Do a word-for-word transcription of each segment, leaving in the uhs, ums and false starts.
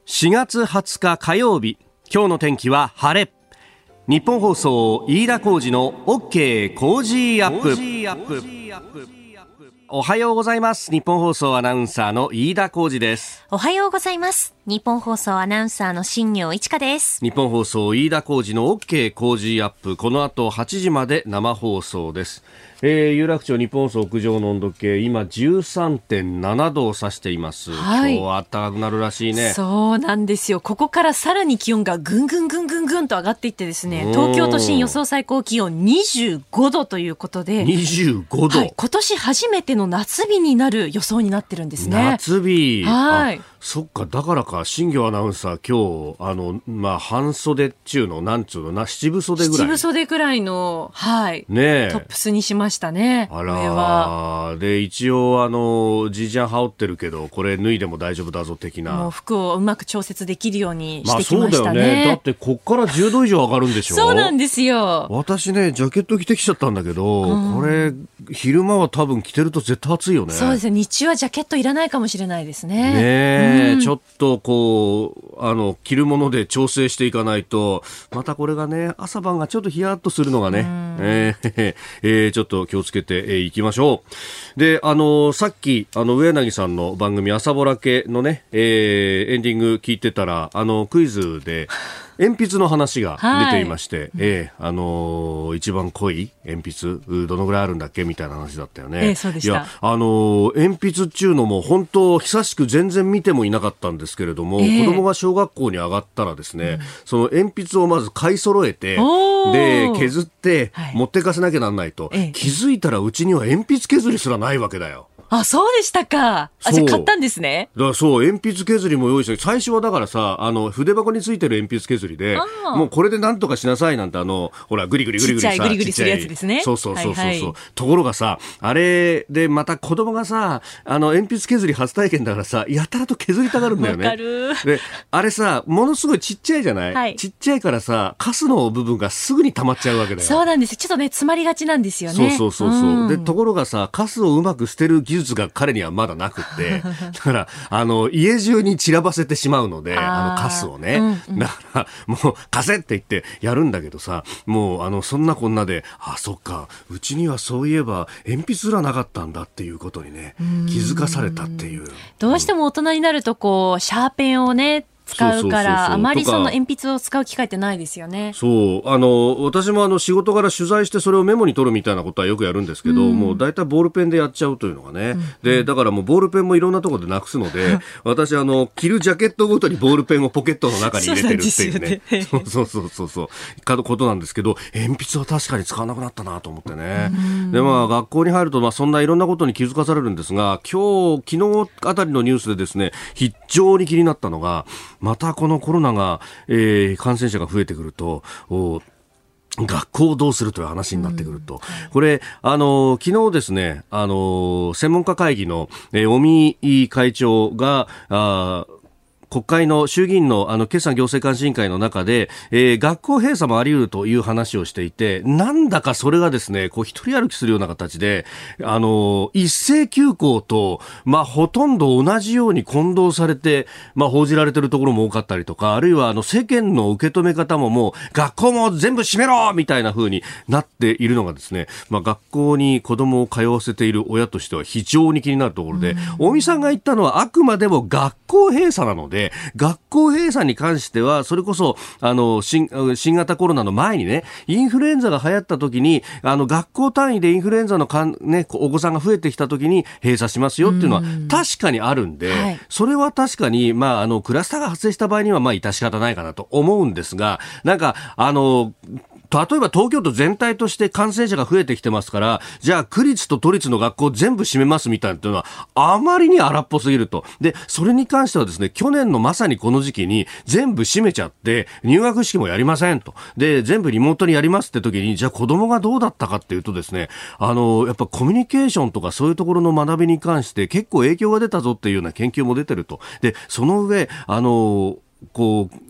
しがつはつか火曜日、今日の天気は晴れ。日本放送飯田浩司の OK 工事アップ。おはようございます。日本放送アナウンサーの飯田浩司です。 おはようございます。日本放送アナウンサーの新業一華です。 日本放送飯田浩司の OK 工事アップ、この後はちじまで生放送です。えー、有楽町日本放送屋上の温度計、今 じゅうさんてんななどを指しています、はい、今日は暖かくなるらしいね。 そうなんですよ。ここからさらに気温がぐんぐんぐんぐんぐんと上がっていってですね、東京都心予想最高気温にじゅうごどということで、 にじゅうごど、 はい、今年初めての夏日になる予想になってるんですね。 夏日、 はい、 そっか、だからか、新業アナウンサー今日あの、まあ、半袖っちゅうのなんちゅうのな、七分袖ぐらい、 七分袖ぐらいの、はい、 ね、 トップスにしましたね。 あらはで、一応あのじいちゃん羽織ってるけど、これ脱いでも大丈夫だぞ的な、 もう服をうまく調節できるようにしてきましたね。 まあ、そうだよね。だってこっからじゅうど以上上がるんでしょ。 そうなんですよ。 私ね、ジャケット着てきちゃったんだけど、うん、これ昼間は多分着てると絶対暑いよね。 そうですね。日中はジャケットいらないかもしれないですね。 ねえ、 うん、 ちょっとこうあの着るもので調整していかないと、またこれがね、朝晩がちょっとヒヤッとするのがね、えーえー、ちょっと気をつけてい、えー、きましょう。で、あのさっきあの上柳さんの番組朝ぼらけのね、えー、エンディング聞いてたら、あのクイズで鉛筆の話が出ていまして、はい、えー、あのー、一番濃い鉛筆どのぐらいあるんだっけみたいな話だったよね。 えー、そうでした。 いや、あのー、鉛筆っていうのも本当久しく全然見てもいなかったんですけれども、えー、子供が小学校に上がったらですね、うん、その鉛筆をまず買い揃えて、で削って持ってかせなきゃなんないと、はい、気づいたらうちには鉛筆削りすらないわけだよ。 あ、そうでしたか。あ、じゃあ買ったんですね。 だからそう、鉛筆削りも用意して、最初はだからさ、あの筆箱についてる鉛筆削りで、もうこれでなんとかしなさいなんて、あのほらグリグリグリグリさ、 ちっちゃいグリグリするやつですね。 そうそうそうそうそう、はいはい、ところがさ、あれでまた子供がさ、あの鉛筆削り初体験だからさ、やたらと削りたがるんだよね。 わかる。 で、あれさ、ものすごいちっちゃいじゃない、はい、ちっちゃいからさ、カスの部分がすぐに溜まっちゃうわけだよ。 そうなんです。ちょっとね、詰まりがちなんですよね。 そうそうそうそう、うん、でところがさ、カスをうまく捨てる技術が彼にはまだなくってだからあの家中に散らばせてしまうので、あのカスをね、うんうん、だからもう貸せって言ってやるんだけどさ、もうあのそんなこんなで、あ、そっか、うちにはそういえば鉛筆すらなかったんだっていうことにね、気づかされたっていう。 どうしても大人になるとこうシャーペンをね使うから、あまりその鉛筆を使う機会ってないですよね。 そう、あの私もあの仕事から取材してそれをメモに取るみたいなことはよくやるんですけど、うん、もうだいたいボールペンでやっちゃうというのがね、うん、でだからもうボールペンもいろんなところでなくすので私あの着るジャケットごとにボールペンをポケットの中に入れてるっていうね、そうそうそうそうそうかことなんですけど、鉛筆は確かに使わなくなったなと思ってね、うん、でまあ学校に入るとまあそんないろんなことに気づかされるんですが、今日昨日あたりのニュースでですね、非常に気になったのが、またこのコロナが、えー、感染者が増えてくると、学校をどうするという話になってくると、うん、これあの昨日ですね、あの専門家会議の、えー、尾身会長があ国会の衆議院のあの決算行政監視委員会の中で、えー、学校閉鎖もあり得るという話をしていて、なんだかそれがですね、こう一人歩きするような形で、あの一斉休校とまあほとんど同じように混同されて、まあ報じられているところも多かったりとか、あるいはあの世間の受け止め方ももう学校も全部閉めろみたいな風になっているのがですね、まあ学校に子供を通わせている親としては非常に気になるところで、尾身さんが言ったのはあくまでも学校閉鎖なので、学校閉鎖に関してはそれこそあの 新, 新型コロナの前にね、インフルエンザが流行った時にあの学校単位でインフルエンザのかん、ね、お子さんが増えてきた時に閉鎖しますよっていうのは確かにあるんで、はい、それは確かに、まあ、あのクラスターが発生した場合にはまあ致し方ないかなと思うんですが、なんかあの例えば東京都全体として感染者が増えてきてますから、じゃあ区立と都立の学校全部閉めますみたいなというのはあまりに荒っぽすぎると。でそれに関してはですね、去年のまさにこの時期に全部閉めちゃって入学式もやりませんと、で全部リモートにやりますって時に、じゃあ子供がどうだったかっていうとですね、あのやっぱコミュニケーションとかそういうところの学びに関して結構影響が出たぞっていうような研究も出てると。でその上あのこう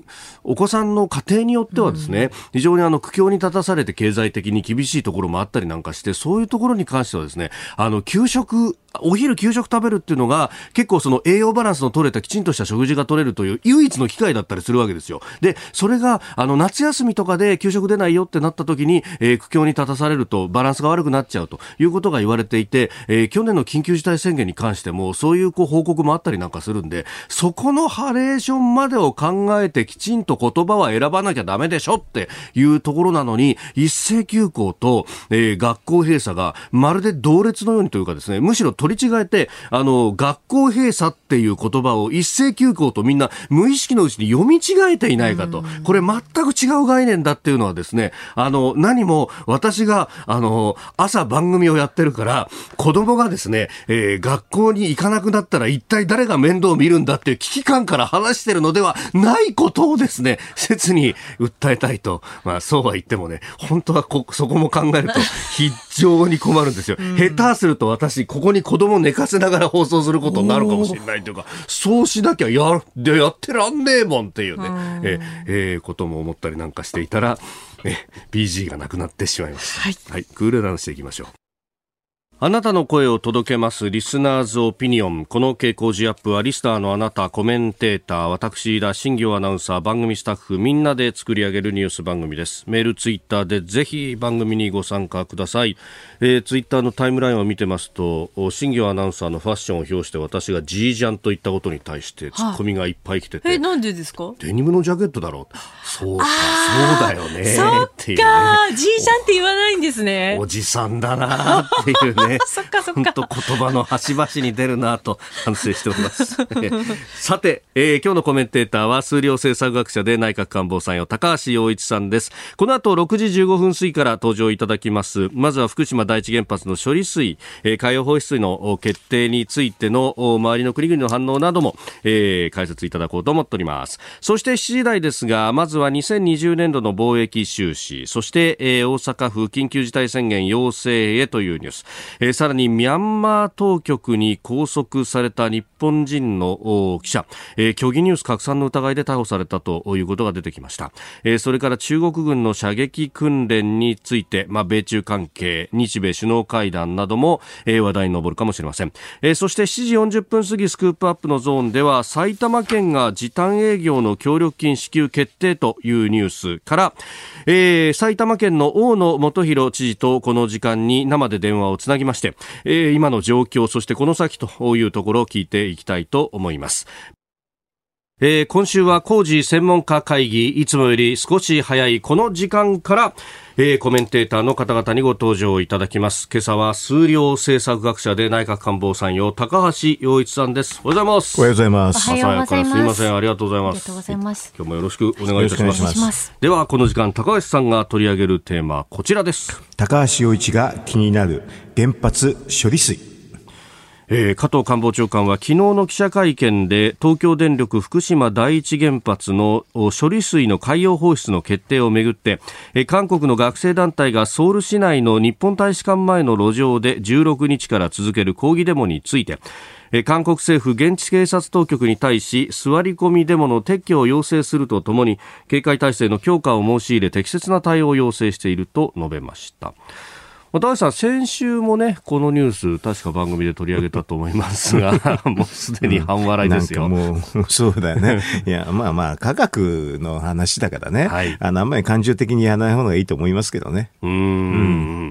お子さんの家庭によってはですね、うん、非常にあの苦境に立たされて経済的に厳しいところもあったりなんかして、そういうところに関してはですね、あの給食お昼給食食べるっていうのが結構その栄養バランスの取れたきちんとした食事が取れるという唯一の機会だったりするわけですよ。でそれがあの夏休みとかで給食出ないよってなった時に、えー、苦境に立たされるとバランスが悪くなっちゃうということが言われていて、えー、去年の緊急事態宣言に関してもそういうこう報告もあったりなんかするんで、そこのハレーションまでを考えてきちんと言葉は選ばなきゃダメでしょっていうところなのに、一斉休校と、えー、学校閉鎖がまるで同列のようにというかですね、むしろ取り違えてあの学校閉鎖っていう言葉を一斉休校とみんな無意識のうちに読み違えていないかと、これ全く違う概念だっていうのはですね、あの何も私があの朝番組をやってるから子供がですね、えー、学校に行かなくなったら一体誰が面倒を見るんだっていう危機感から話してるのではないことをですね、切に訴えたいと。まあそうは言ってもね、本当はこそこも考えると非常に困るんですよ。下手すると私ここに子供寝かせながら放送することになるかもしれないというか、そうしなきゃやでやってらんねえもんっていうね、ええー、ことも思ったりなんかしていたら、え ビージー がなくなってしまいました。はい、はい、クールダウンしていきましょう。あなたの声を届けますリスナーズオピニオン。この傾向時アップはリスナーのあなた、コメンテーター、私田新行アナウンサー、番組スタッフみんなで作り上げるニュース番組です。メールツイッターでぜひ番組にご参加ください。えー、ツイッターのタイムラインを見てますと、新行アナウンサーのファッションを表して私がジージャンと言ったことに対してツッコミがいっぱい来てて、 はあ、えなんでですか？ デニムのジャケットだろう。そうかそうだよねっていう、ね、 そっかジージャンって言わないんですね。 おじさんだなっていうねそっかそっか、 と言葉の端々に出るなと反省しておりますさて、えー、今日のコメンテーターは数量政策学者で内閣官房参与高橋洋一さんです。この後ろくじじゅうごふん過ぎから登場いただきます。まずは福島第一原発の処理水、えー、海洋放出の決定についての周りの国々の反応なども、えー、解説いただこうと思っております。そしてしちじ台ですが、まずはにせんにじゅうねんどの貿易収支、そして、えー、大阪府緊急事態宣言要請へというニュース、えー、さらにミャンマー当局に拘束された日本人の記者、えー、虚偽ニュース拡散の疑いで逮捕されたということが出てきました。えー、それから中国軍の射撃訓練について、まあ、米中関係、日米首脳会談なども、えー、話題に上るかもしれません。えー、そしてしちじよんじゅっぷん過ぎスクープアップのゾーンでは埼玉県が時短営業の協力金支給決定というニュースから、えー、埼玉県の大野元弘知事とこの時間に生で電話をつなぎまして、えー、今の状況、そしてこの先というところを聞いていきたいと思います。えー、今週は工事専門家会議、いつもより少し早いこの時間から、えー、コメンテーターの方々にご登場いただきます。今朝は数量政策学者で内閣官房参与高橋洋一さんです。おはようございます。 おはようございます。 朝早くからすいません、ありがとうございます。 ありがとうございます。 今日もよろしくお願いいたします。 しますではこの時間高橋さんが取り上げるテーマはこちらです。 高橋洋一が気になる原発処理水。 えー、加藤官房長官は昨日の記者会見で東京電力福島第一原発の処理水の海洋放出の決定をめぐって、えー、韓国の学生団体がソウル市内の日本大使館前の路上でじゅうろくにちから続ける抗議デモについて、えー、韓国政府現地警察当局に対し座り込みデモの撤去を要請するとともに警戒体制の強化を申し入れ適切な対応を要請していると述べました。高橋さん、先週もねこのニュース確か番組で取り上げたと思いますがもうすでに半笑いですよ、 うん、なんかもうそうだよねいやまあまあ科学の話だからね、はい、あのあんまり感情的にやらない方がいいと思いますけどね。 うーん、うん、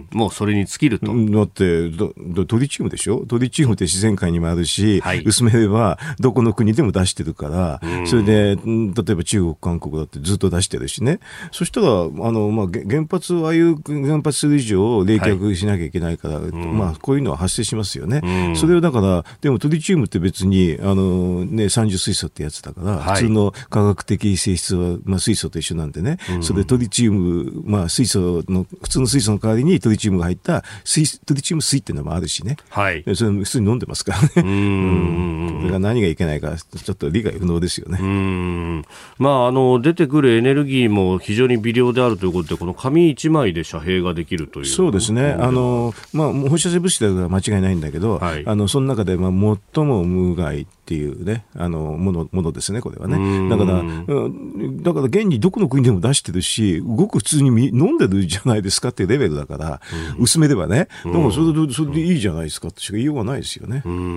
もうそれに尽きると。 だってどどトリチウムでしょ。トリチウムって自然界にもあるし、はい、薄めればどこの国でも出してるから、それで例えば中国韓国だってずっと出してるしね。そしたらあの、まあ、原発ああいう原発する以上冷却しなきゃいけないから、はい、まあ、こういうのは発生しますよね、うん、それをだからでもトリチウムって別にあの、ね、三重水素ってやつだから、はい、普通の化学的性質は、まあ、水素と一緒なんでね、うん、それでトリチウム、まあ、水素の普通の水素の代わりにトリチウムが入った水トリチウム水っていうのもあるしね、はい、それ普通に飲んでますからね。うん、うん、それが何がいけないかちょっと理解不能ですよね。 うん、まあ、あの出てくるエネルギーも非常に微量であるということでこの紙一枚で遮蔽ができるという。 そうですね。 ね。あの、まあ、放射性物質では間違いないんだけど、はい、あの、その中で、まあ、最も無害っていうね、あの、もの、ものですね、これはね。だから、だから現にどこの国でも出してるし、ごく普通に飲んでるじゃないですかっていうレベルだから、うん、薄めればね。だからそれで、それでいいじゃないですかってしか言いようがないですよね。うんうん、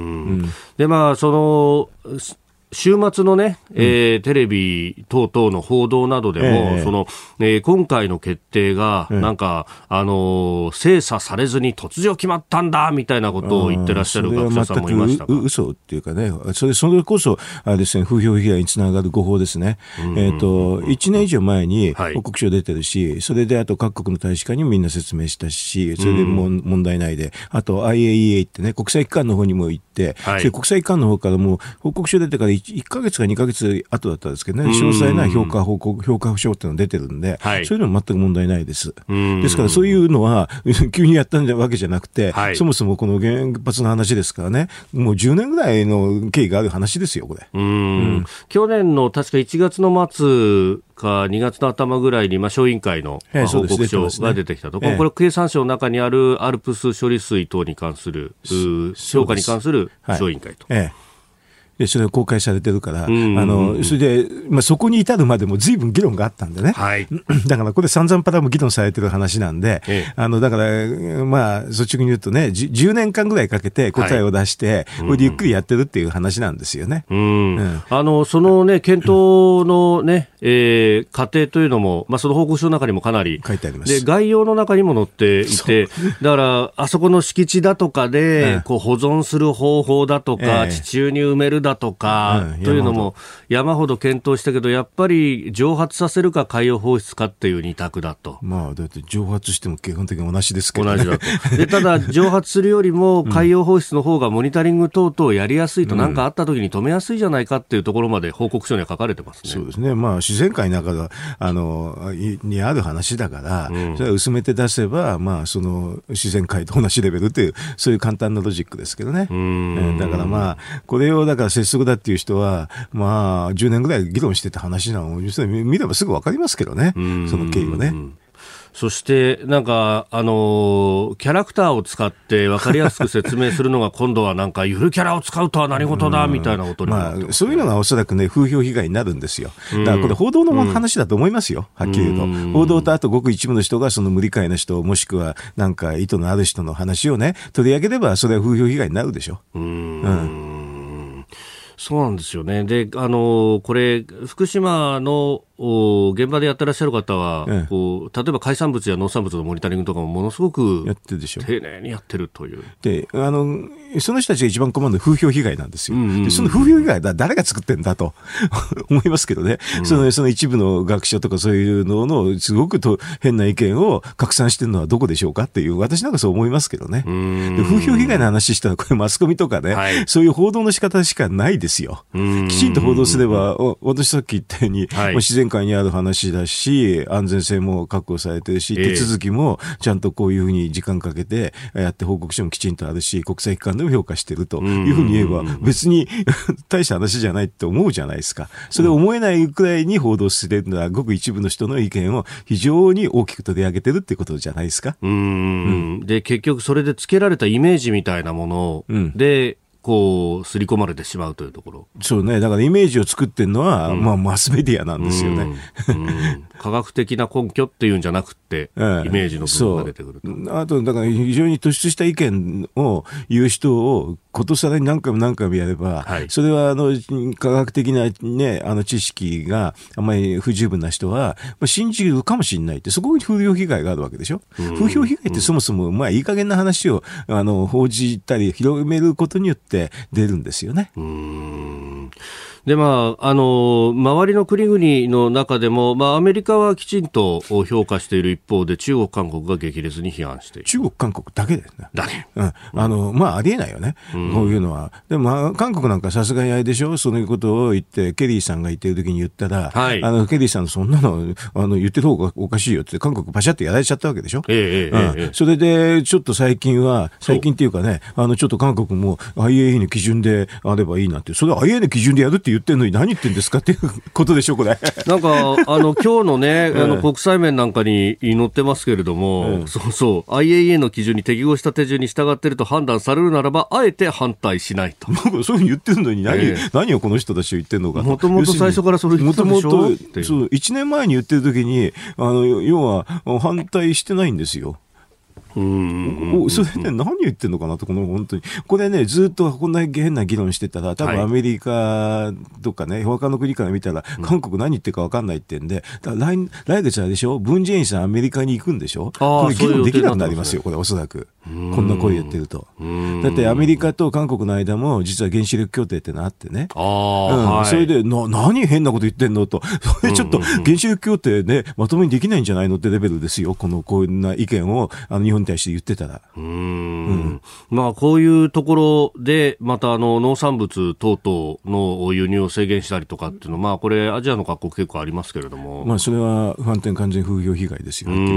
で、まあ、その、週末のね、えーうん、テレビ等々の報道などでも、えーそのえー、今回の決定が、なんか、えー、あのー、精査されずに突如決まったんだ、みたいなことを言ってらっしゃる学者さんもいましたが。 嘘っていうかね、それ、それこそ、あれですね、風評被害につながる誤報ですね。えっと、いちねん以上前に報告書出てるし、はい、それであと各国の大使館にもみんな説明したし、それでも問題ないで、あと アイエーイーエー ってね、国際機関の方にも行って、はい、国際機関の方からも報告書出てからいっかげつかにかげつ後だったんですけどね、詳細な評価報告、評価書っていうのが出てるんで、はい、そういうのは全く問題ないです。ですからそういうのは急にやったわけじゃなくて、はい、そもそもこの原発の話ですからね、もうじゅうねんぐらいの経緯がある話ですよ、これ。 うんうん、去年の確かいちがつの末かにがつの頭ぐらいに、まあ、小委員会の、まあ、報告書が出てきたと、ええ、これ経産省の中にあるアルプス処理水等に関する評価に関する小委員会と。 はいええでそれが公開されてるから、うんうんうん、あのそれで、まあ、そこに至るまでも随分議論があったんでね、はい、だからこれ散々パターンも議論されてる話なんで、ええ、あのだから、まあ、率直に言うとね、じゅうねんかんぐらいかけて答えを出して、はい、これでゆっくりやってるっていう話なんですよね。 うんうん、あのそのね、検討のね、えー、過程というのも、まあ、その報告書の中にもかなり書いてあります。 で概要の中にも載っていて、だからあそこの敷地だとかで、うん、こう保存する方法だとか、ええ、地中に埋めるだとか、うん、というのも山ほど検討したけど、やっぱり蒸発させるか海洋放出かっていう二択だと。 まあ、だって蒸発しても基本的に同じですけどね。 同じだと。で、ただ蒸発するよりも海洋放出の方がモニタリング等々やりやすいと、何、うん、かあった時に止めやすいじゃないかっていうところまで報告書には書かれてますね。 そうですね。まあ、自然界の中であのにある話だから、うん、それは薄めて出せば、まあ、その自然界と同じレベルという、そういう簡単なロジックですけどね。うん、えー、だからまあ、これをだから拙速だっていう人は、まあ、じゅうねんぐらい議論してた話なのを見ればすぐ分かりますけどね、その経緯はね。 そしてなんか、あのー、キャラクターを使って分かりやすく説明するのが今度はなんかゆるキャラを使うとは何事だみたいなことになってますね。 まあ、そういうのがおそらくね、風評被害になるんですよ。だからこれ報道の話だと思いますよ、はっきり言うと。報道とあとごく一部の人がその無理解な人、もしくはなんか意図のある人の話をね取り上げれば、それは風評被害になるでしょ。うーんうんそうなんですよね。で、あの、これ、福島の現場でやってらっしゃる方は、ええ、こう例えば海産物や農産物のモニタリングとかもものすごくやってるでしょ。 丁寧にやってるという。 で、あの、その人たちが一番困るのは風評被害なんですよ。うんうんうん、でその風評被害は誰が作ってんだと思いますけどね、うん、その、その一部の学者とかそういうののすごくと変な意見を拡散してるのはどこでしょうかっていう、私なんかそう思いますけどね。うんで風評被害の話したらこれマスコミとかね、はい、そういう報道の仕方しかないですよ。きちんと報道すれば、私さっき言ったように、はい、自然界にある話だし、安全性も確保されてるし、手続きもちゃんとこういうふうに時間かけてやって報告書もきちんとあるし、国際機関でも評価してるというふうに言えば、別に大した話じゃないって思うじゃないですか。それを思えないくらいに報道してるのは、ごく一部の人の意見を非常に大きく取り上げてるってことじゃないですか。 うーん、うん、で、結局それでつけられたイメージみたいなもので、うんこう刷り込まれてしまうというところ。 そうね。だからイメージを作ってるのは、うん、まあマスメディアなんですよね。 うんうん、科学的な根拠っていうんじゃなくて、ええ、イメージの部分が出てくると。 あとだから非常に突出した意見を言う人をことさらに何回も何回もやれば、はい、それはあの科学的なねあの知識があまり不十分な人は、まあ、信じるかもしれないって、そこに風評被害があるわけでしょ。うん、風評被害ってそもそもまあいい加減な話をあの報じたり広めることによって出るんですよね。うーんでまあ、あの周りの国々の中でも、まあ、アメリカはきちんと評価している一方で、中国、韓国が激烈に批判している。 中国、韓国だけですね。 だけ、 うん、あのまあ、ありえないよね、うん、こういうのは。でも、まあ、韓国なんかさすがにあれでしょ、そういうことを言って、ケリーさんが言ってる時に言ったら、はい、あのケリーさん、そんなのあの言ってる方がおかしいよって、韓国、パシャってやられちゃったわけでしょ。ええうんええ、それでちょっと最近は、最近っていうかね、あのちょっと韓国も アイエーイー の基準であればいいなんて、それは アイエーイー の基準でやるって言言ってんのに何言ってんですかっていうことでしょこれ。 なんかあの今日のね、あの国際面なんかに載ってますけれども、うん、そうそう アイエーイー の基準に適合した手順に従っていると判断されるならばあえて反対しないと。 そういうふうに言ってるのに 何,、えー、何をこの人たち言ってるのかと。 もともと最初からそれ言ってたでしょ。もともとそういちねんまえに言ってる時にあの要は反対してないんですよ。うんそれで何言ってんのかなと、この本当にこれね、ずっとこんな変な議論してたら多分アメリカとかね、はい、他の国から見たら韓国何言ってるか分かんないってんで、だから 来, 来月あれでしょ、文在寅さんアメリカに行くんでしょ。これ議論できなくなりますよ、これおそらくこんな声言ってると。だってアメリカと韓国の間も実は原子力協定ってのあってね、あ、うんはい、それでな何変なこと言ってんのと、それちょっと原子力協定ねまともにできないんじゃないのってレベルですよ、このこんな意見をあの日本に対して言ってたら。うーん、うん、 まあこういうところでまたあの農産物等々の輸入を制限したりとかっていうのは、まあこれアジアの各国結構ありますけれども、 まあそれは不反転完全風評被害ですよっていうか、うん、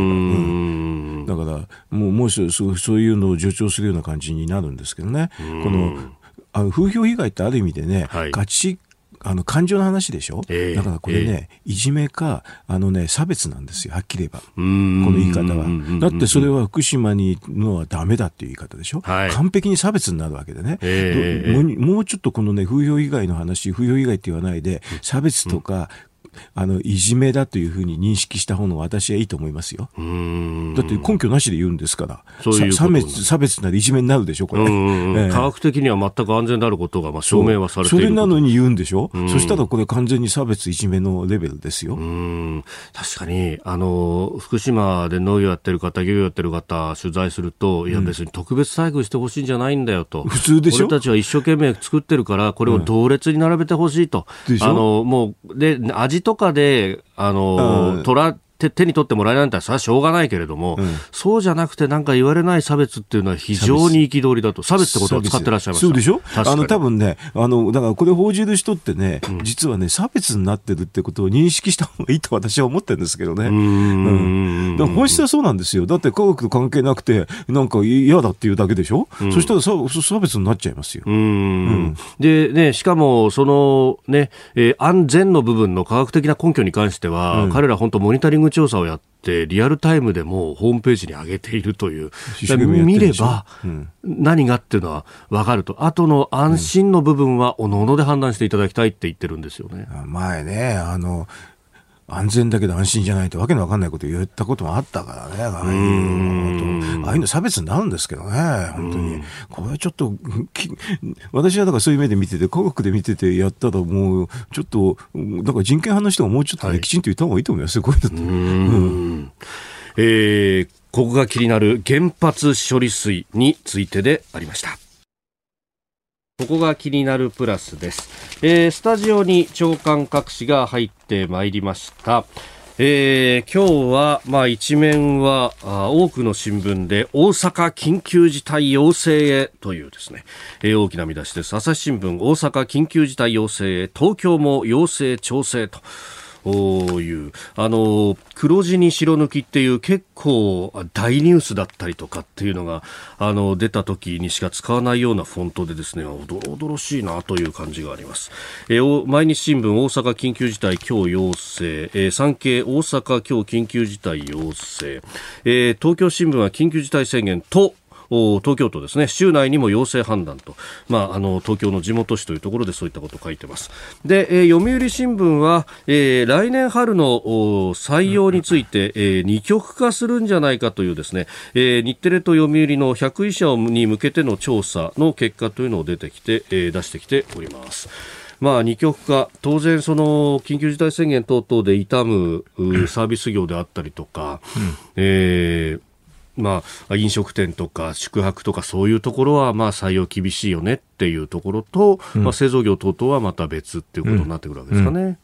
だからもうもうそうそういうのを助長するような感じになるんですけどね。このあの風評被害ってある意味でね、はい、ガチあの感情の話でしょ、えー、だからこれね、えー、いじめかあの、ね、差別なんですよ、はっきり言えばこの言い方は。だってそれは福島にのはダメだっていう言い方でしょ、はい、完璧に差別になるわけでね、えー、もう、もうちょっとこの、ね、風評被害の話、風評被害って言わないで差別とか、うんあのいじめだというふうに認識した方が私はいいと思いますよ。うーん、だって根拠なしで言うんですから。そういう差別差別なりいじめになるでしょこれ。うんうん、えー、 科学的には全く安全であることがまあ証明はされている。 それなのに言うんでしょ。そしたらこれ完全に差別いじめのレベルですよ。うん、確かにあの福島で農業やってる方漁業やってる方取材すると、いや別に特別待遇してほしいんじゃないんだよと、 普通でしょ。 俺たちは一生懸命作ってるからこれを同列に並べてほしいと、うん、あのもうで味とかであの、うん、取ら手, 手に取ってもらえないんだったらそれはしょうがないけれども、うん、そうじゃなくてなんか言われない差別っていうのは非常に憤りだと。差別ってことを使ってらっしゃいました。 そうでしょ。あの多分ねあのだからこれ報じる人ってね、うん、実はね差別になってるってことを認識した方がいいと私は思ってるんですけどね。うん、うん、だから本質はそうなんですよ。だって科学と関係なくてなんか嫌だっていうだけでしょ、うん、そしたら差別になっちゃいますよ。うん、うん、でね、しかもそのね、えー、安全の部分の科学的な根拠に関しては、うん、彼ら本当モニタリング調査をやってリアルタイムでもホームページに上げているという、見れば何がっていうのは分かると。あとの安心の部分はおのおので判断していただきたいって言ってるんですよね。 前ねあの安全だけど安心じゃないとわけのわかんないことを言ったこともあったからね。ああいうの、ああいうの差別になるんですけどね、本当に。これはちょっと、私はだからそういう目で見てて、科学で見ててやったらもう、ちょっと、だから人権派の人がもうちょっと、ねはい、きちんと言った方がいいと思いますよ、こういうのって。うん、 えー、ここが気になる原発処理水についてでありました。ここが気になるプラスです。えー、スタジオに長官各紙が入ってまいりました。えー、今日は、まあ、一面はあ多くの新聞で大阪緊急事態要請へというですね、えー、大きな見出しです。朝日新聞、大阪緊急事態要請へ、東京も要請調整というあの黒字に白抜きっていう結構大ニュースだったりとかっていうのがあの出た時にしか使わないようなフォントでですね、おどろおどろしいなという感じがあります。えー、毎日新聞大阪緊急事態今日要請、えー、産経大阪今日緊急事態要請、えー、東京新聞は緊急事態宣言と東京都ですね、州内にも要請判断と、まあ、あの東京の地元紙というところでそういったことを書いてます。で、えー、読売新聞は、えー、来年春の採用について、えー、二極化するんじゃないかというですね、えー、日テレと読売のひゃく医者に向けての調査の結果というのを出てきて、えー、出してきております。まあ、二極化、当然その緊急事態宣言等々で痛むサービス業であったりとか、うん、えーまあ、飲食店とか宿泊とかそういうところはまあ採用厳しいよねっていうところと、うんまあ、製造業等々はまた別っていうことになってくるわけですかね。うんうんうん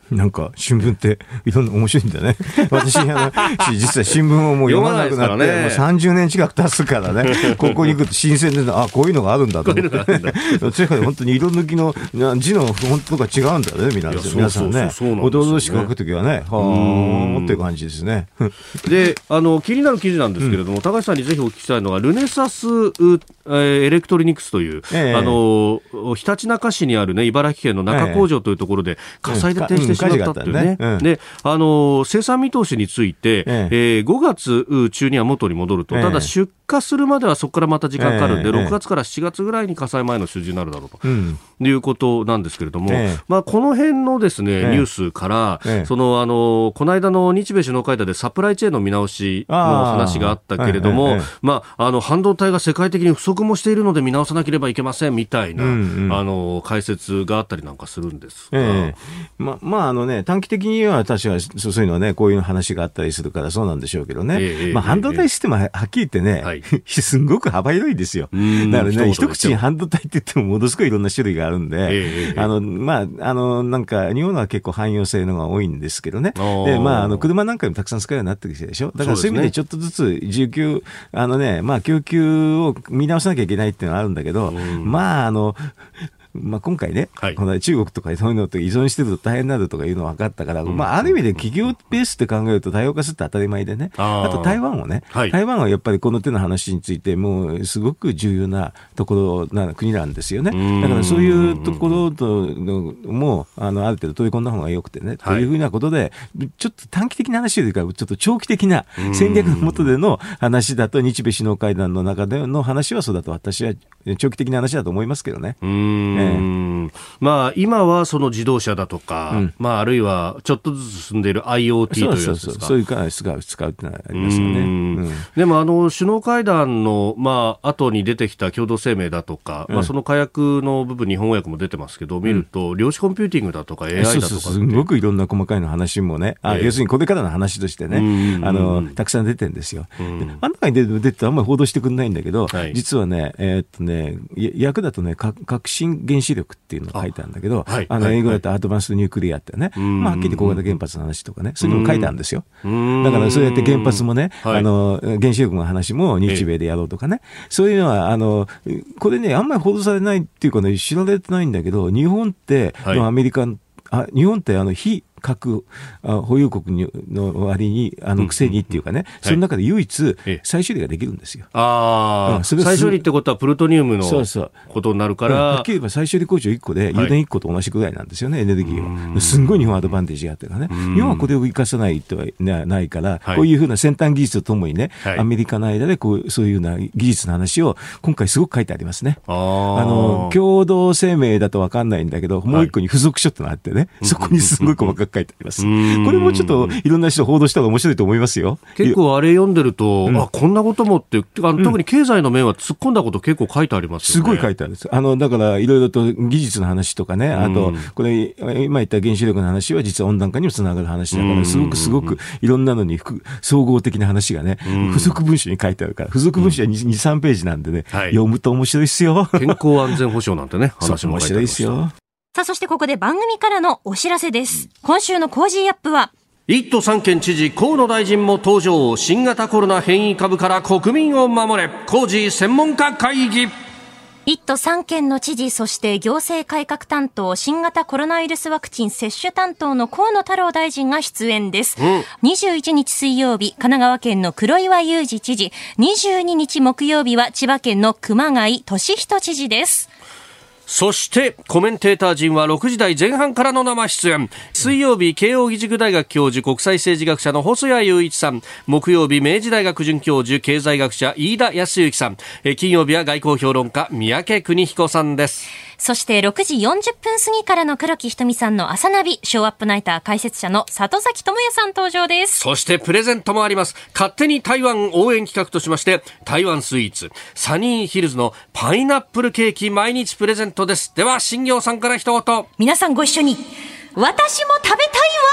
なんか新聞っていろんな面白いんだね。私あの実は新聞をもう読まなくなって、ね、もうさんじゅうねん近く経つからね。ここに行くと新鮮で、あ、こういうのがあるんだと思って。とにかく本当に色抜きの字の本当が違うんだね、皆さん。皆さんね。おどおどしく書くときはね、はーっていう感じですね。 で、あの気になる記事なんですけれども、うん、高橋さんにぜひお聞きしたいのがルネサスエレクトロニクスという、ええ、あのひたちなか市にある、ね、茨城県の中工場というところで火災で停止してしまったっていうね、うんうん、であの生産見通しについて、えええー、ごがつ中には元に戻ると、ええ、ただ出荷するまではそこからまた時間かかるんで、ええ、ろくがつからしちがつぐらいに火災前の数字になるだろうと、うん、いうことなんですけれども、ええまあ、この辺のですね、ええ、ニュースから、ええ、そのあのこの間の日米首脳会談でサプライチェーンの見直しの話があったけれども、ええええまあ、あの半導体が世界的に不足もしているので見直さなければいけませんみたいな、うんうん、あの解説があったりなんかするんですが、ええままああのね、短期的には確かそういうのはね、こういう話があったりするからそうなんでしょうけどね、ええまあ、半導体システムははっきり言ってね、はい、すんごく幅広いですよ。だからね、一口に半導体って言ってもものすごいいろんな種類があるんで、ええあのまあ、あのなんか日本は結構汎用性のが多いんですけどね、で、まあ、あの車なんかでもたくさん使うようになってきてるでしょ。だからそういう意味でちょっとずつ需給、あのね、まあ、供給を見直さなきゃいけないっていうのはあるんだけど、まああのまあ、今回ね、はい、この中国とかそういうのと依存してると大変になるとかいうの分かったから、うんまあ、ある意味で企業ベースって考えると多様化するって当たり前でね、あ, あと台湾をね、はい、台湾はやっぱりこの手の話についてもうすごく重要なところな国なんですよね。だからそういうところとも あ, のある程度取り込んだ方がよくてね、はい、というふうなことでちょっと短期的な話よりかちょっと長期的な戦略の下での話だと、日米首脳会談の中での話はそうだと私は長期的な話だと思いますけどね。 うんうんまあ、今はその自動車だとか、うんまあ、あるいはちょっとずつ進んでいる IoT というやつですか。そうそうそう、そういうから使う使うってのはありますよね。うん、でもあの首脳会談の、まあ後に出てきた共同声明だとか、うんまあ、その火薬の部分日本語訳も出てますけど、見ると、うん、量子コンピューティングだとか エーアイ だとかそうそうすごくいろんな細かいの話もね、あ、えー、要するにこれからの話としてね、あのたくさん出てるんですよ。であん中に出て出てあんまり報道してくれないんだけど、はい、実はね、えー、っとね役だとね革新原子力っていうのが書いてあるんだけど、あ、はい、あの英語だとアドバンスドニュークリアってね、はいまあ、はっきり小型原発の話とかね、そういうのも書いてあるんですよ。だからそうやって原発もね、あの原子力の話も日米でやろうとかね、そういうのはあのこれねあんまり報道されないっていうかね、知られてないんだけど、日本ってアメリカ、はい、あ日本ってあの非核保有国の割にあのくせにっていうかね、うんうんうん、その中で唯一再処理ができるんですよ。 あ、うん、再処理ってことはプルトニウムのことになるから、 そうそう、うん、はっきり言えば再処理工場いっこで油田いっこと同じくらいなんですよね、はい、エネルギーは。すんごい日本アドバンテージがあってからね、日本はこれを生かさないとはないから、はい、こういうふうな先端技術とともにね、はい、アメリカの間でこうそういうような技術の話を今回すごく書いてありますね。あの共同声明だと分かんないんだけど、もう一個に付属書ってのがあってね、はい、そこにすごい細かく書いてあります。これもちょっといろんな人報道したら面白いと思いますよ。 結構あれ読んでると、うん、あこんなこともって、あの特に経済の面は突っ込んだこと結構書いてありますよね。 すごい書いてあるんです。あのだからいろいろと技術の話とかね、あとこれ今言った原子力の話は実は温暖化にもつながる話だから、すごくすごくいろんなのに総合的な話がね、付属文書に書いてあるから、付属文書は にさんページなんでね、はい、読むと面白いですよ。 健康安全保障なんてね、話も書いてありました。面白いですよ。 さあ、そしてここで番組からのお知らせです。今週のコージーアップは、 いっ都さん県知事河野大臣も登場。新型コロナ変異株から国民を守れ、コージー専門家会議。 いっ都さん県の知事、そして行政改革担当、新型コロナウイルスワクチン接種担当の河野太郎大臣が出演です。うん、にじゅういちにち水曜日、神奈川県の黒岩祐治知事、にじゅうににち木曜日は千葉県の熊谷俊人知事です。 そしてコメンテーター陣はろくじ台前半からの生出演。水曜日慶應義塾大学教授国際政治学者の細谷雄一さん、木曜日明治大学准教授経済学者飯田康之さん、金曜日は外交評論家三宅邦彦さんです。 そしてろくじよんじゅっぷん過ぎからの黒木ひとみさんの朝ナビ、ショーアップナイター解説者の里崎智也さん登場です。 そしてプレゼントもあります。勝手に台湾応援企画としまして、台湾スイーツサニーヒルズのパイナップルケーキ毎日プレゼントです。では新行さんから一言。 皆さんご一緒に。私も食べたいワン。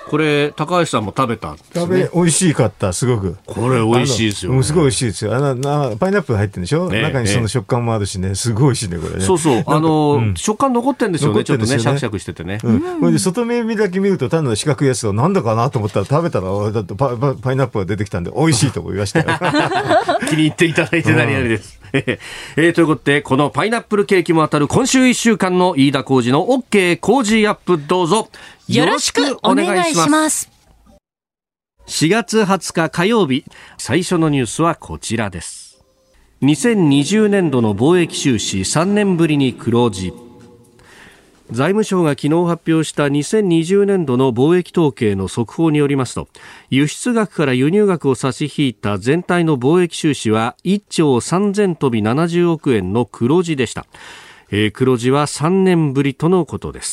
これ高橋さんも食べたんですね。 食べ美味しかった、すごく。 これ美味しいですよね。 すごい美味しいですよ。あのなパイナップル入ってるんでしょ、ね、中にその食感もあるしね、すごい美味しいねこれね。 そうそう、あの、うん、食感残ってるんですよね。ちょっとねシャクシャクしててね、 うん、これで外目だけ見ると単なる四角いやつをなんだかなと思ったら食べたらだって パ, パ, パイナップルが出てきたんで美味しいと思いましたよ気に入っていただいて何よりです、うんえー、ということでこのパイナップルケーキも当たる今週いっしゅうかんの飯田浩司の OK 工事アップ、どうぞよろしくお願いします。 しがつはつか火曜日、最初のニュースはこちらです。にせんにじゅうねんどの貿易収支さんねんぶりに黒字。財務省が昨日発表したにせんにじゅうねんどの貿易統計の速報によりますと、輸出額から輸入額を差し引いた全体の貿易収支はいっちょうさんぜんとびななじゅうおくえんの黒字でした。えー、黒字はさんねんぶりとのことです。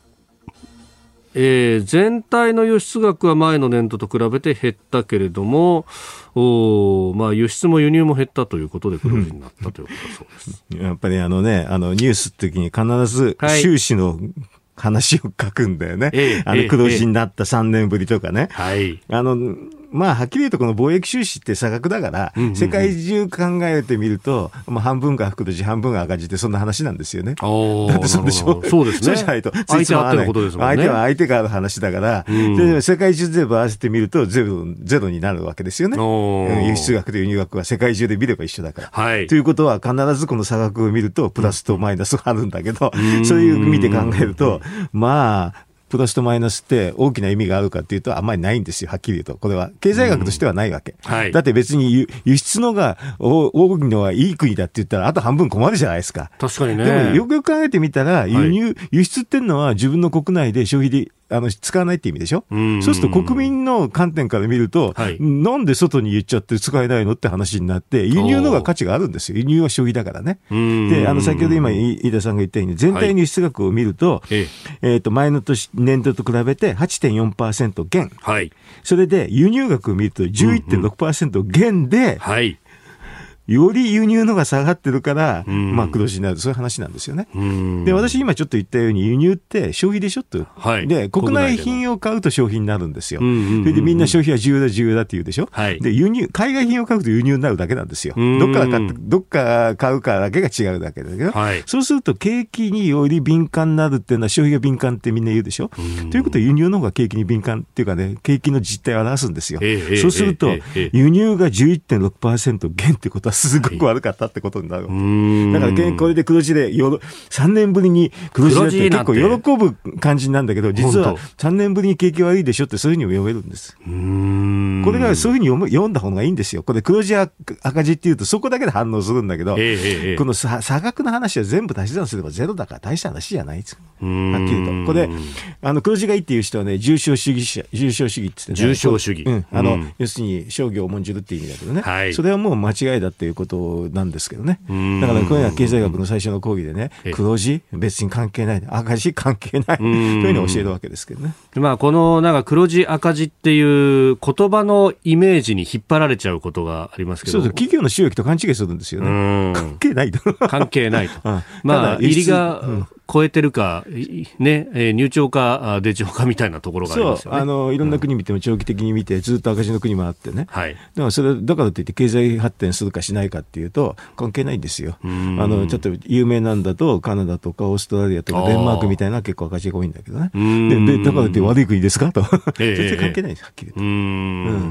えー、全体の輸出額は前の年度と比べて減ったけれども、おまあ、輸出も輸入も減ったということで黒字になったということだそうです。 やっぱりあのね、あのニュースの時に必ず収支の話を書くんだよね。はい、あの黒字になったさんねんぶりとかね。 はい、あのまあ、はっきり言うとこの貿易収支って差額だから、うんうんうん、世界中考えてみると、まあ、半分が黒字半分が赤字ってそんな話なんですよね。だってそうでしょ。 そうですね。 そうじゃないと相手はってのことですもんね。 相手は相手がある話だから、うん、で世界中全部合わせてみるとゼロ、ゼロになるわけですよね。輸出額と輸入額は世界中で見れば一緒だから、はい、ということは必ずこの差額を見るとプラスとマイナスがあるんだけど、うん、そういう見て考えるとまあプラスとマイナスって大きな意味があるかっていうとあんまりないんですよ。はっきり言うとこれは経済学としてはないわけ、うんはい、だって別に 輸, 輸出のが多いのはいい国だって言ったらあと半分困るじゃないですか。 確かにね。 でもよくよく考えてみたら輸入、はい、輸出っていうのは自分の国内で消費であの使わないって意味でしょ。うそうすると国民の観点から見ると、はい、なんで外に言っちゃって使えないのって話になって輸入のが価値があるんですよ。輸入は消費だからね。であの先ほど今飯田さんが言ったように全体の輸出額を見ると、はいえー、と前の年年度と比べて はちてんよんパーセント 減、はい、それで輸入額を見ると じゅういってんろくパーセント 減で、うんうんはいより輸入のが下がってるから、まあ黒字になる、そういう話なんですよね。で、私今ちょっと言ったように輸入って消費でしょと。はい、で、国内品を買うと消費になるんですよ。それでみんな消費は重要だ重要だって言うでしょ。はい、で、輸入、海外品を買うと輸入になるだけなんですよ。どっから買って、どっから買うかだけが違うだけだけど、はい、そうすると景気により敏感になるっていうのは消費が敏感ってみんな言うでしょ。ということは輸入の方が景気に敏感っていうかね、景気の実態を表すんですよ。えー、そうすると、えーえー、輸入が じゅういってんろくパーセント 減ってことはすごく悪かったってことになるわけ、はい、だからこれで黒字でよさんねんぶりに黒字だって結構喜ぶ感じなんだけど実はさんねんぶりに景気悪いでしょってそういうふうに読めるんです。うーんこれがそういうふうに読む読んだ方がいいんですよ。これ黒字赤字っていうとそこだけで反応するんだけど、えーえー、この差額の話は全部足し算すればゼロだから大した話じゃないです。はっきりとこれあの黒字がいいっていう人はね重症主義者重症主義って言って、ね、 重症主義、 うんあのうん、要するに商業を重んじるっていう意味だけどね、はい、それはもう間違いだっていうことなんですけどね。だからこういうのは経済学の最初の講義でね黒字別に関係ない赤字関係ないというふうに教えるわけですけどね。 まあ、このなんか黒字赤字っていう言葉のイメージに引っ張られちゃうことがありますけどそうそう企業の収益と勘違いするんですよね。関係ないと関係ないとまあ入りが超えてるか、ね、入庁か出庁かみたいなところがありますよね。 そうあのいろんな国見ても長期的に見てずっと赤字の国もあってね、はい、だからそれだからといって経済発展するかしないかっていうと関係ないんですよ。あのちょっと有名なんだとカナダとかオーストラリアとかデンマークみたいな結構赤字が多いんだけどね。ででだからって悪い国ですかと全然関係ないですはっきり言うと。うん、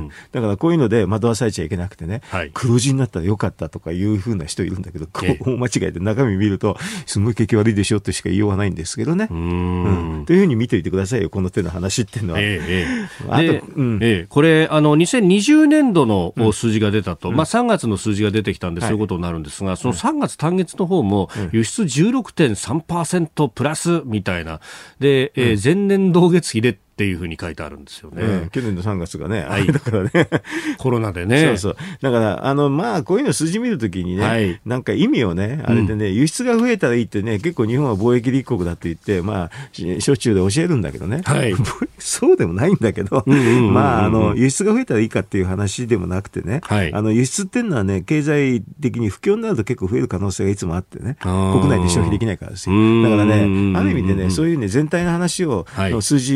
だからこういうので惑わされちゃいけなくてね、はい、黒字になったらよかったとかいうふうな人いるんだけどこう大間違いで中身見るとすごい景気悪いでしょってしか言いようがないんですけどね。うん、うん、というふうに見ておいてくださいよこの手の話っていうのは。ええあとうんええ、これあのにせんにじゅうねんどの数字が出たと、うんまあ、さんがつの数字が出てきたんでそういうことになるんですが、はい、そのさんがつ単月の方も輸出 じゅうろくてんさんパーセント プラスみたいなで、えー、前年同月比でっていうふうに書いてあるんですよね。 うん、去年のさんがつがね、はい、だからねコロナでねそうそうだからあのまあこういうの数字見るときにね、はい、なんか意味をねあれでね、うん、輸出が増えたらいいってね結構日本は貿易立国だって言ってまあしょっちゅうで教えるんだけどね、はい、そうでもないんだけどまああの輸出が増えたらいいかっていう話でもなくてね、はい、あの輸出っていうのはね経済的に不況になると結構増える可能性がいつもあってね国内で消費できないからですよ。だからねある意味でねそういうね全体の話を、はい、数字を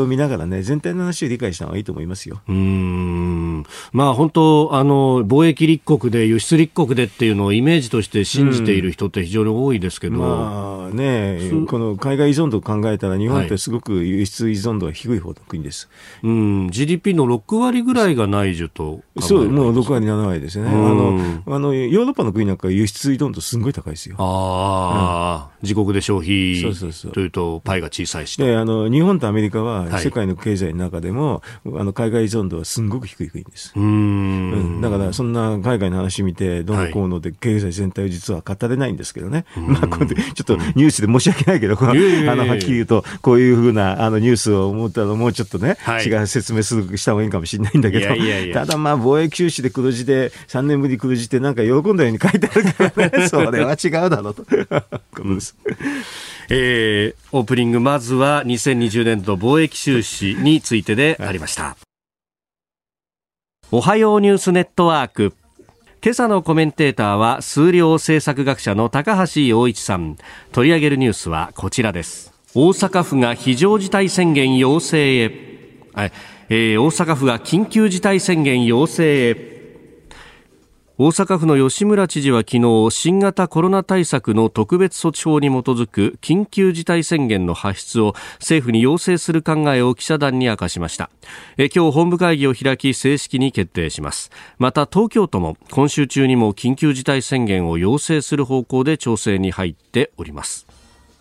見ながらね、全体の話を理解した方がいいと思いますよ。 うーん、まあ本当、あの、貿易立国で輸出立国でっていうのをイメージとして信じている人って非常に多いですけど、うん、 まあね、この海外依存度を考えたら日本ってすごく輸出依存度が低い方の国です。 はい、うん、ジーディーピー のろくわりぐらいが内需と。 そう、もうろくわりななわりですね。あの、あの、ヨーロッパの国なんか輸出依存度すごい高いですよ。 ああ、うん、自国で消費そうそうそうというとパイが小さいし。 で、あの、日本とアメリカは世界の経済の中でも、はい、あの、海外依存度はすごく低い国です。 うーん、うん、 だからそんな海外の話見てどうのこうので経済全体を実は語れないんですけどね。はい、まあ、これちょっとニュースで申し訳ないけど、あの、はっきり言うと、こういうふうなあのニュースを思ったらもうちょっとね、はい、違う説明するした方がいいかもしれないんだけど、いやいやいや、ただまあ貿易収支で黒字でさんねんぶり黒字ってなんか喜んだように書いてあるからね、それは違うだろうと。ことです。 えー、オープニング、まずはにせんにじゅうねんど貿易収支についてでありました。はい、おはようニュースネットワーク。今朝のコメンテーターは数量政策学者の高橋洋一さん。取り上げるニュースはこちらです。大阪府が非常事態宣言要請へ。えー、大阪府が緊急事態宣言要請へ。大阪府の吉村知事は昨日、新型コロナ対策の特別措置法に基づく緊急事態宣言の発出を政府に要請する考えを記者団に明かしました。え今日本部会議を開き正式に決定します。また東京都も今週中にも緊急事態宣言を要請する方向で調整に入っております。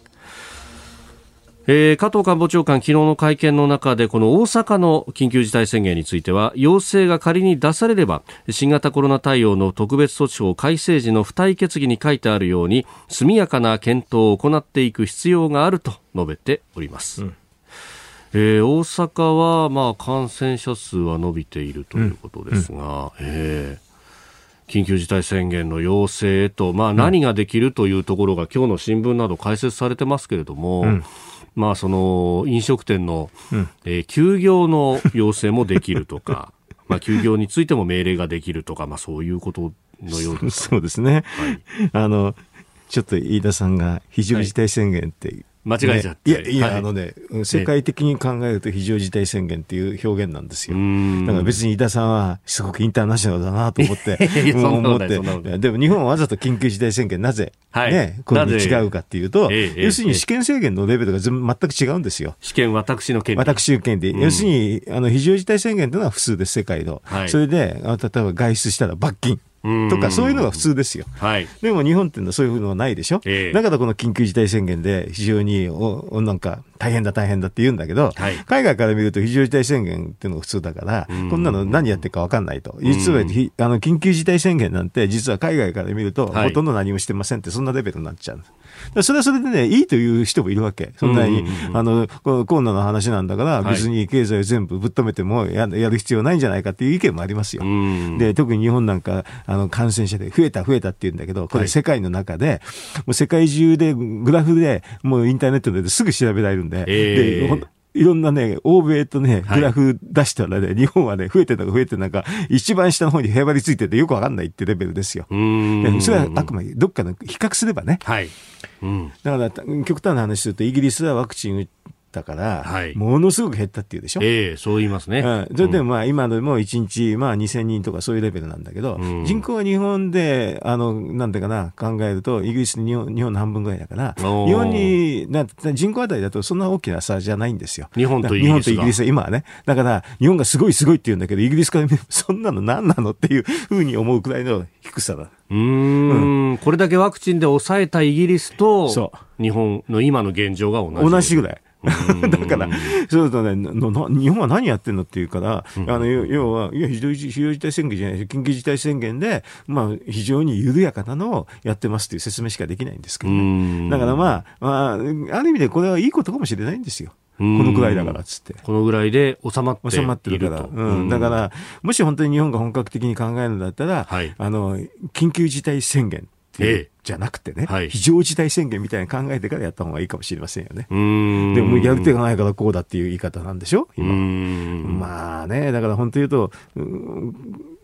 えー、加藤官房長官、昨日の会見の中でこの大阪の緊急事態宣言については、要請が仮に出されれば新型コロナ対応の特別措置法改正時の付帯決議に書いてあるように速やかな検討を行っていく必要があると述べております。うん、えー、大阪はまあ感染者数は伸びているということですが、うんうん、えー緊急事態宣言の要請へと、まあ、何ができるというところが今日の新聞など解説されてますけれども、うん、まあ、その飲食店の、うんえー、休業の要請もできるとかまあ休業についても命令ができるとか、まあ、そういうことのようです。 そうですね、はい、あのちょっと飯田さんが非常事態宣言って、はい間違えちゃって、 ね、いやいや、はい、あのね、世界的に考えると非常事態宣言っていう表現なんですよ。だから別に飯田さんはすごくインターナショナルだなと思って思ってでも日本はわざと緊急事態宣言なぜ、はいね、これに違うかっていうと、ええ、要するに試験制限のレベルが全く違うんですよ。 試験私の権利私の権利、うん、要するにあの非常事態宣言というのは普通です世界の、はい、それで例えば外出したら罰金とかそういうのが普通ですよ、はい、でも日本っていうのはそういうのはないでしょ、えー、だからこの緊急事態宣言で非常におおなんか大変だ大変だって言うんだけど、はい、海外から見ると非常事態宣言っていうのが普通だからこんなの何やってるか分かんないと。実はあの緊急事態宣言なんて実は海外から見るとほとんど何もしてませんってそんなレベルになっちゃう。それはそれでねいいという人もいるわけ。そんなにあのコロナの話なんだから別に経済を全部ぶっ止めても や, やる必要ないんじゃないかっていう意見もありますよ。で特に日本なんかあの感染者で増えた増えたって言うんだけどこれ世界の中で、はい、もう世界中でグラフでもうインターネットですぐ調べられるんで、えー、でいろんなね欧米とねグラフ出したらね、はい、日本はね増えてるのか増えてるのか一番下の方にへばりついててよくわかんないってレベルですよ。うーんそれはあくまでどっかの比較すればね、はいうん、だから極端な話するとイギリスはワクチン打ったから、はい、ものすごく減ったっていうでしょ。 えー、そう言いますね、 うん、それでもまあ今でもいちにちまあにせんにんとかそういうレベルなんだけど、うん、人口は日本であのなんていうかな考えるとイギリス日本日本の半分ぐらいだから日本にな人口あたりだとそんな大きな差じゃないんですよ。 日本とイギリスが日本とイギリスは今はねだから日本がすごいすごいって言うんだけどイギリスから見るとそんなの何なのっていうふうに思うくらいの低さだ。 うーん、うん、これだけワクチンで抑えたイギリスと日本の今の現状が同じ同じぐらいだからそうするとねの日本は何やってんのっていうから、うん、あの要はいや非常事態宣言じゃない緊急事態宣言で、まあ、非常に緩やかなのをやってますという説明しかできないんですけどね。だからまあ、まあ、ある意味でこれはいいことかもしれないんですよ。このぐらいだからっつってこのぐらいで収まっていると収まってるから、うん、だからもし本当に日本が本格的に考えるんだったら、はい、あの緊急事態宣言っていう、ええじゃなくてね、はい、非常事態宣言みたいな考えてからやった方がいいかもしれませんよね。うーんでもやる手がないからこうだっていう言い方なんでしょ今。うーんまあねだから本当言うと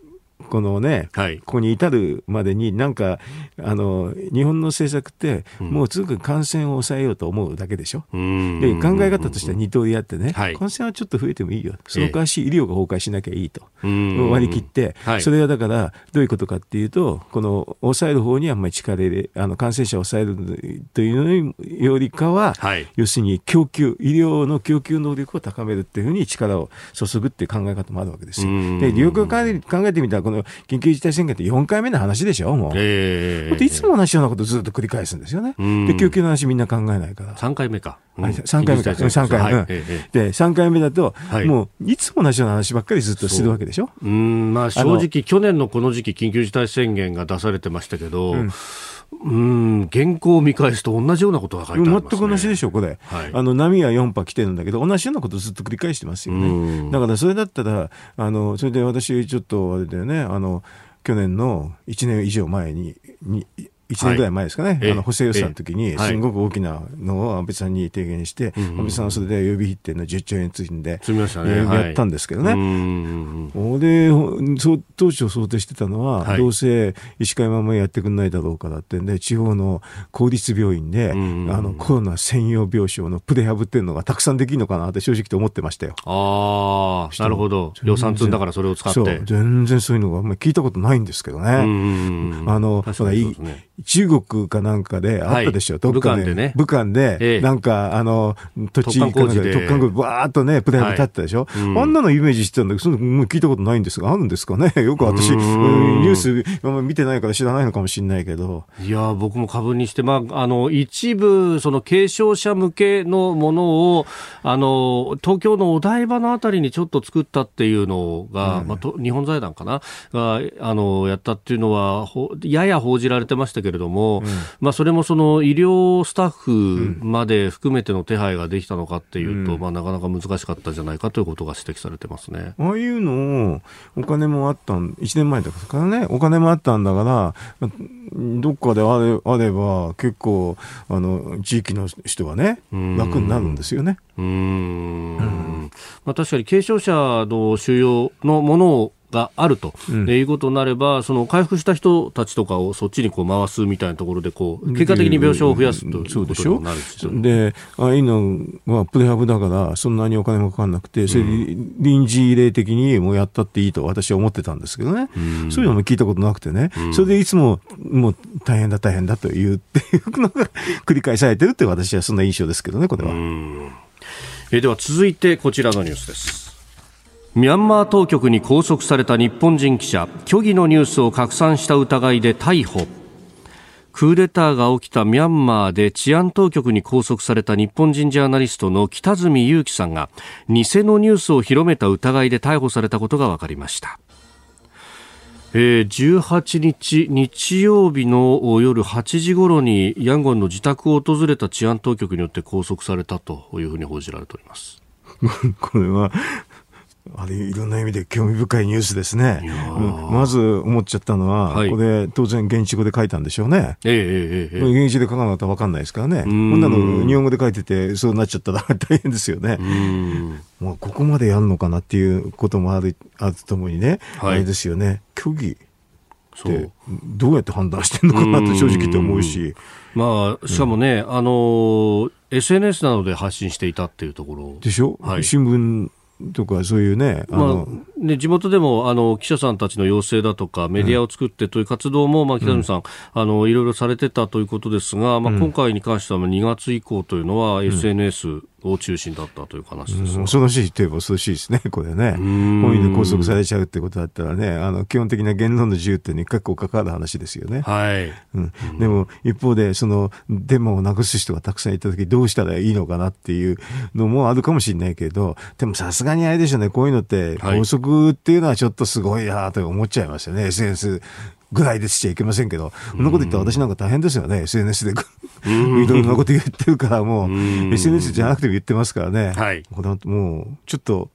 このね、はい、ここに至るまでになんかあの日本の政策って、うん、もうつく感染を抑えようと思うだけでしょ。うんで考え方としては二通りあってね、はい、感染はちょっと増えてもいいよ、その代わし医療が崩壊しなきゃいいと、えー、割り切って、はい、それはだからどういうことかっていうと、この抑える方にあんまり力入れ、あの感染者を抑えるというよりかは、はい、要するに供給、医療の供給能力を高めるっていうふうに力を注ぐっていう考え方もあるわけですよ。でよく考えてみたら、この緊急事態宣言ってよんかいめの話でしょ、もう、えー、いつも同じようなことをずっと繰り返すんですよね。で供給の話みんな考えないから。 さんかいめか、うん、 さんかいめか、さんかいめ、はい、でさんかいめだと、はい、もういつも同じような話ばっかりずっとするわけでしょ。 う、うん、まあ、正直去年のこの時期緊急事態宣言が出されてましたけど、うんうん原稿を見返すと同じようなことが書いてありますね。 全く同じでしょこれ、はい、あの波はよん波来てるんだけど、同じようなことをずっと繰り返してますよね。だからそれだったら、あのそれで私ちょっとあれだよね、あの去年のいちねん以上前ににいちねんぐらい前ですかね、はい、あの補正予算の時にすごく大きなのを安倍さんに提言して、はい、安倍さんはそれで予備費っていうのをじゅっちょうえん積んで、ね、やったんですけどね、はい、で当初想定してたのは、はい、どうせ医師会ままやってくんないだろうからってんで、地方の公立病院であのコロナ専用病床のプレハブっていうのがたくさんできるのかなって正直と思ってましたよ。 ああなるほど、予算積んだからそれを使って。 そう全然そういうのが聞いたことないんですけどね。あのそれいい中国かなんかであったでしょ、はい、どっかで、武漢でね、武漢で、ええ、なんかあの土地かなんかで突貫工事バーっとねプレハブ立ってたでしょ、はいうん、あんなのイメージしてたんだけど、そのもう聞いたことないんですが、あるんですかね。よく私ニュース見てないから知らないのかもしれないけど、 いや僕も株にして、まあ、あの一部その軽症者向けのものをあの東京のお台場のあたりにちょっと作ったっていうのが、うんまあ、と日本財団かながあのやったっていうのはやや報じられてましたけれども、うんまあ、それもその医療スタッフまで含めての手配ができたのかっていうと、うんまあ、なかなか難しかったんじゃないかということが指摘されてますね。 ああいうのをお金もあったんいちねんまえだからね、お金もあったんだからどっかであれ、あれば結構あの地域の人はね楽になるんですよね。うーん、 うんまあ、確かに軽症者の収容のものをがあると、うん、いうことになれば、その回復した人たちとかをそっちにこう回すみたいなところでこう結果的に病床を増やすということになるんですよね。 で、ああいうのはプレハブだからそんなにお金もかかんなくて、それ臨時例的にもうやったっていいと私は思ってたんですけどね、うん、そういうのも聞いたことなくてね、うん、それでいつももう大変だ大変だと言うっていうのが繰り返されてるって私はそんな印象ですけどね、これは。うんえでは続いてこちらのニュースです。ミャンマー当局に拘束された日本人記者、虚偽のニュースを拡散した疑いで逮捕。クーデターが起きたミャンマーで治安当局に拘束された日本人ジャーナリストの北角裕樹さんが偽のニュースを広めた疑いで逮捕されたことが分かりました。えー、じゅうはちにち日曜日の夜はちじ頃にヤンゴンの自宅を訪れた治安当局によって拘束されたというふうに報じられております。 これはあれいろんな意味で興味深いニュースですね。うん、まず思っちゃったのは、はい、これ当然現地語で書いたんでしょうね。ええええ、現地で書かなかったら分かんないですからね。こんなの日本語で書いててそうなっちゃったら大変ですよね。うんもうここまでやるのかなっていうこともある、あるとともにね、はい、あれですよね、虚偽ってどうやって判断してるのかなって正直って思うし、 まあ、しかもね、うん、あの エスエヌエス などで発信していたっていうところでしょ、はい、新聞とかそういうね、あの、 まあ、ね地元でもあの記者さんたちの養成だとかメディアを作ってという活動も、うんまあ、北角さん、うん、あのいろいろされてたということですが、まあ、今回に関してはにがつ以降というのは エスエヌエス、うんを中心だったという話です。 恐ろしいといえば恐ろしいですね、これね。本意で拘束されちゃうってことだったらね、あの基本的な言論の自由ってに結構関わる話ですよね。はい。うん、でも一方でそのデモをなくす人がたくさんいたときどうしたらいいのかなっていうのもあるかもしれないけど、でもさすがにあれでしょうね、こういうのって拘束っていうのはちょっとすごいなと思っちゃいますよね。エスエヌエスぐらいでしちゃいけませんけど、そんなこと言ったら私なんか大変ですよね、エスエヌエス でいろいろなこと言ってるから、もう エスエヌエス じゃなくても言ってますからね、はい、もうちょっと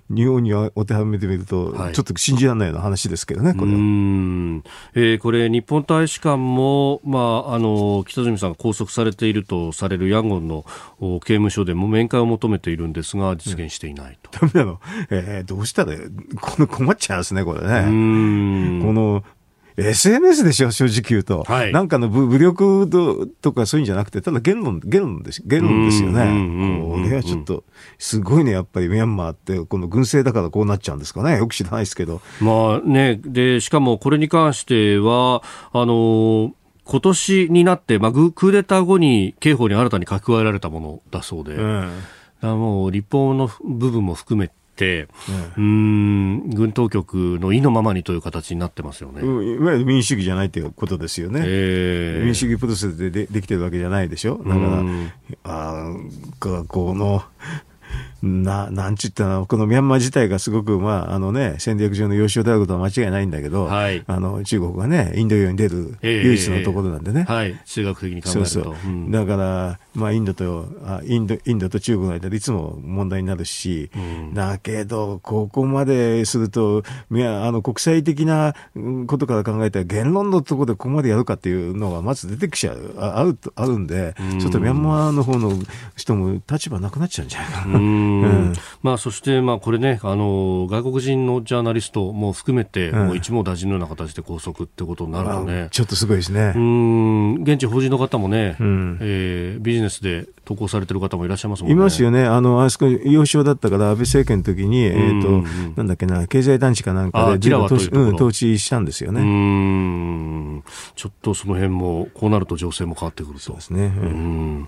日本に当てはめてみると、はい、ちょっと信じられないような話ですけどね、これは。うーん、えー、これ、日本大使館も、まあ、あの北角さんが拘束されているとされるヤンゴンの刑務所でも面会を求めているんですが、実現していないと。 ダメなの、えー、どうしたら、この困っちゃいますね、これね。うーん、このエスエヌエス でしょ、正直言うと。はい、なんかの武力とかそういうんじゃなくて、ただ言論、言論です、言論ですよね。これはちょっと、すごいね、やっぱりミャンマーって、この軍政だからこうなっちゃうんですかね。よく知らないですけど。 まあね、で、しかもこれに関しては、あの、今年になって、まあ、クーデター後に刑法に新たに書き加えられたものだそうで、うん、もう立法の部分も含めて、でうん、うーん軍当局の意のままにという形になってますよね、 うん、いわゆる民主主義じゃないということですよね、えー、民主主義プロセスで で, できてるわけじゃないでしょ。だから、うん、あこのななんちゅったの、このミャンマー自体がすごく、まああのね、戦略上の要衝であることは間違いないんだけど、はい、あの中国がねインド洋に出る唯一のところなんでね、 えーはい、中学的に考えるとそうそう、 うん、だから、まあ、インドとあインドインドと中国の間でいつも問題になるし、うん、だけどここまでするといやあの国際的なことから考えたら言論のところでここまでやるかっていうのがまず出てきちゃう あ, あ, るあるんで、うん、ちょっとミャンマーの方の人も立場なくなっちゃうんじゃないかな。うんうんまあ、そして、まあ、これねあの外国人のジャーナリストも含めて、うん、もう一網打尽のような形で拘束ってことになるとね、 ちょっとすごいですね。 うん現地法人の方もね、うんえー、ビジネスで投稿されてる方もいらっしゃいますもんね。 いますよね。あのあそこ要衝だったから安倍政権の時に、えーとうんうん、なんだっけな経済団地かなんかでジラワというところ、うん、 統治したんですよね。 うんちょっとその辺もこうなると情勢も変わってくると。 そうですね、うんうん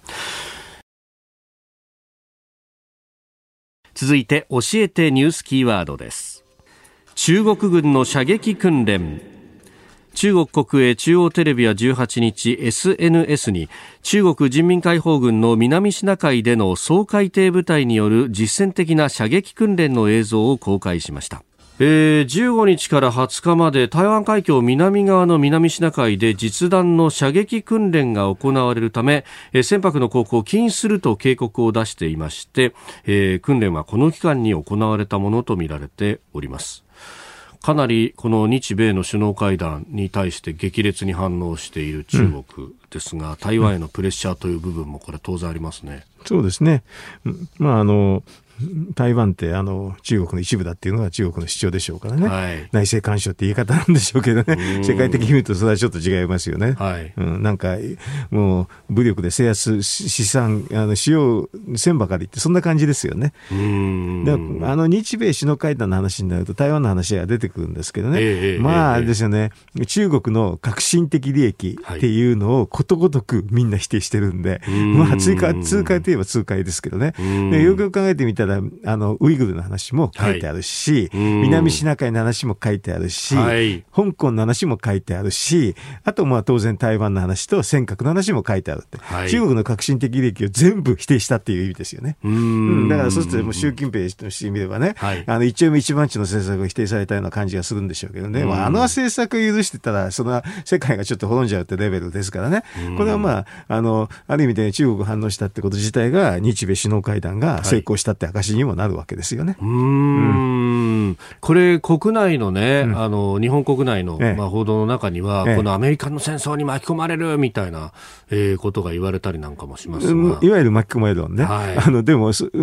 続いて教えてニュースキーワードです。中国軍の射撃訓練。中国国営中央テレビはじゅうはちにち エスエヌエス に中国人民解放軍の南シナ海での掃海艇部隊による実践的な射撃訓練の映像を公開しました。えー、じゅうごにちからはつかまで台湾海峡南側の南シナ海で実弾の射撃訓練が行われるため、えー、船舶の航行を禁止すると警告を出していまして、えー、訓練はこの期間に行われたものとみられております。かなりこの日米の首脳会談に対して激烈に反応している中国ですが、うん、台湾へのプレッシャーという部分もこれ当然ありますね。 そうですね。まああの台湾ってあの中国の一部だっていうのが中国の主張でしょうからね、はい、内政干渉って言い方なんでしょうけどね、世界的に見るとそれはちょっと違いますよね、はいうん、なんかもう武力で制圧資産あのしようせんばかりってそんな感じですよね。うんであの日米首脳会談の話になると台湾の話が出てくるんですけどね、えー、まああれですよね、中国の革新的利益っていうのをことごとくみんな否定してるんで、はいまあ、通過通過といえば通過ですけどね、でよくよく考えてみたらあのウイグルの話も書いてあるし、はい、南シナ海の話も書いてあるし、はい、香港の話も書いてあるし、あとまあ当然台湾の話と尖閣の話も書いてあるって、はい、中国の革新的利益を全部否定したっていう意味ですよね。うん、うん、だからそうするともう習近平としてみればね、はい、あの一丁目一番地の政策を否定されたような感じがするんでしょうけどね、まあ、あの政策を許してたらその世界がちょっと滅んじゃうってレベルですからね、これはまあ あのある意味で中国が反応したってこと自体が日米首脳会談が成功したって証にもなるわけですよね。 うーん、うん、これ国内のね、うん、あの日本国内の、ええまあ、報道の中には、ええ、このアメリカの戦争に巻き込まれるみたいな、えー、ことが言われたりなんかもしますが、うん、 いわゆる巻き込まれるのね、はい、あのでも、うん、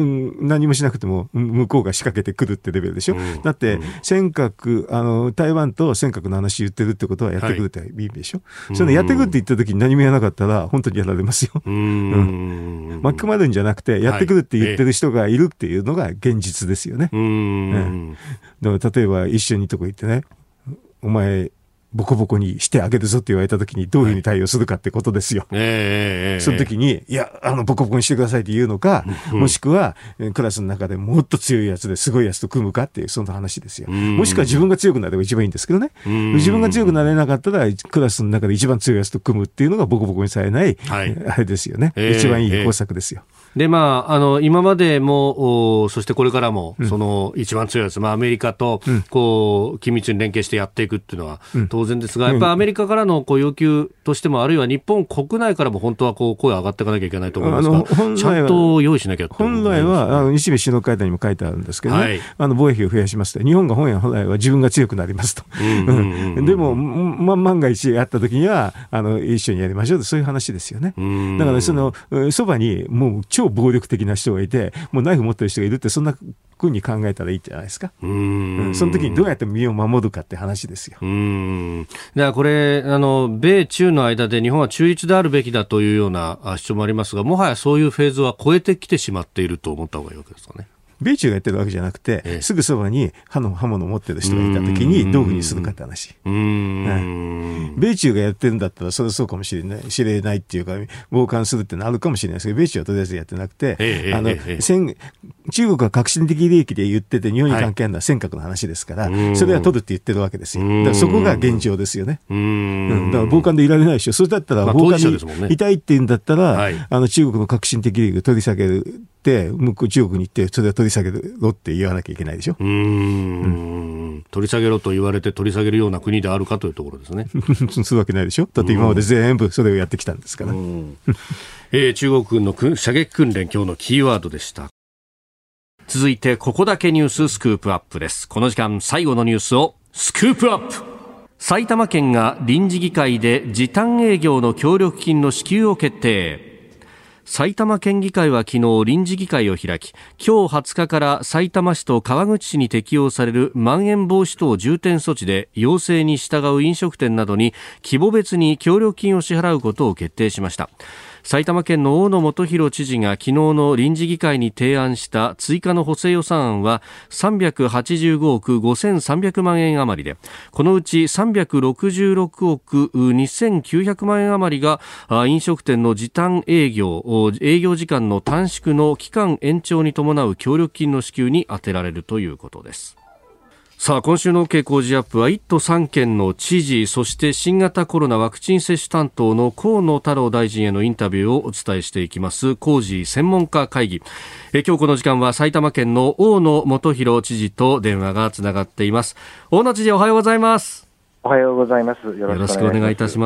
何もしなくても向こうが仕掛けてくるってレベルでしょ、うん、だって、うん、尖閣あの台湾と尖閣の話言ってるってことはやってくるって意味でしょ、はい、そのやってくるって言った時に何もやらなかったら本当にやられますよ。うん、うん、巻き込まれるんじゃなくてやってくるって言ってる人がいるっていうのが現実ですよね。うん、ね、だから例えば一緒にとこ行ってね、お前ボコボコにしてあげるぞって言われた時にどういうふうに対応するかってことですよ、はいえー、その時にいやあのボコボコにしてくださいって言うのか、うん、もしくはクラスの中でもっと強いやつですごいやつと組むかっていうその話ですよ。もしくは自分が強くなれば一番いいんですけどね、自分が強くなれなかったらクラスの中で一番強いやつと組むっていうのがボコボコにされない、はい、あれですよね、えー、一番いい方策ですよ。えーで、まあ、あの今までもそしてこれからも、うん、その一番強いやつ、まあ、アメリカとこう緊密に連携してやっていくっていうのは当然ですが、うん、やっぱりアメリカからのこう要求としても、あるいは日本国内からも本当はこう声上がっていかなきゃいけないと思いますが、ちゃんと用意しなきゃって思いますね。 本来はあの日米首脳会談にも書いてあるんですけど、ね、はい、あの防衛費を増やしますと、日本が本来は自分が強くなりますと、でも、ま、万が一あった時にはあの一緒にやりましょうと、そういう話ですよね。だからそのそばにもう超暴力的な人がいて、もうナイフ持ってる人がいるって、そんなふうに考えたらいいんじゃないですか。うーん、うん、その時にどうやって身を守るかって話ですよ。 うーん、だからこれあの米中の間で日本は中立であるべきだというような主張もありますが、もはやそういうフェーズは超えてきてしまっていると思った方がいいわけですかね。 米中がやってるわけじゃなくて、ええ、すぐそばに刃の刃物を持ってる人がいたときにどういうふうにするかって話。うーん、はい、米中がやってるんだったらそれはそうかもしれない、知れないっていうか傍観するってのあるかもしれないですけど、米中はとりあえずやってなくて、ええ、あの、ええ、中国は革新的利益で言ってて日本に関係あるのは尖閣の話ですから、はい、それは取るって言ってるわけですよ。だからそこが現状ですよね。うーん、うん、だから傍観でいられないでしょ。それだったら傍観にいたいって言うんだったら、はい、あの中国の革新的利益を取り下げるで向こう中国に行ってそれを取り下げろって言わなきゃいけないでしょ。うーん、 うん、取り下げろと言われて取り下げるような国であるかというところですね。 するわけないでしょ。だって今まで全部それをやってきたんですから。 えー、中国軍の射撃訓練、今日のキーワードでした。続いてここだけニューススクープアップです。この時間最後のニュースをスクープアップ。埼玉県が臨時議会で時短営業の協力金の支給を決定。埼玉県議会は昨日臨時議会を開き、今日はつかからさいたま市と川口市に適用されるまん延防止等重点措置で要請に従う飲食店などに規模別に協力金を支払うことを決定しました。埼玉県の大野元裕知事が昨日の臨時議会に提案した追加の補正予算案はさんびゃくはちじゅうごおくごせんさんびゃくまんえん余りで、このうちさんびゃくろくじゅうろくおくにせんきゅうひゃくまんえん余りが飲食店の時短営業、営業時間の短縮の期間延長に伴う協力金の支給に充てられるということです。さあ、今週の傾向時アップはいっとさんけんの知事、そして新型コロナワクチン接種担当の河野太郎大臣へのインタビューをお伝えしていきます工事専門家会議。え今日この時間は埼玉県の大野元裕知事と電話がつながっています。大野知事、おはようございます。 おはようございます。よろしくお願いいたします。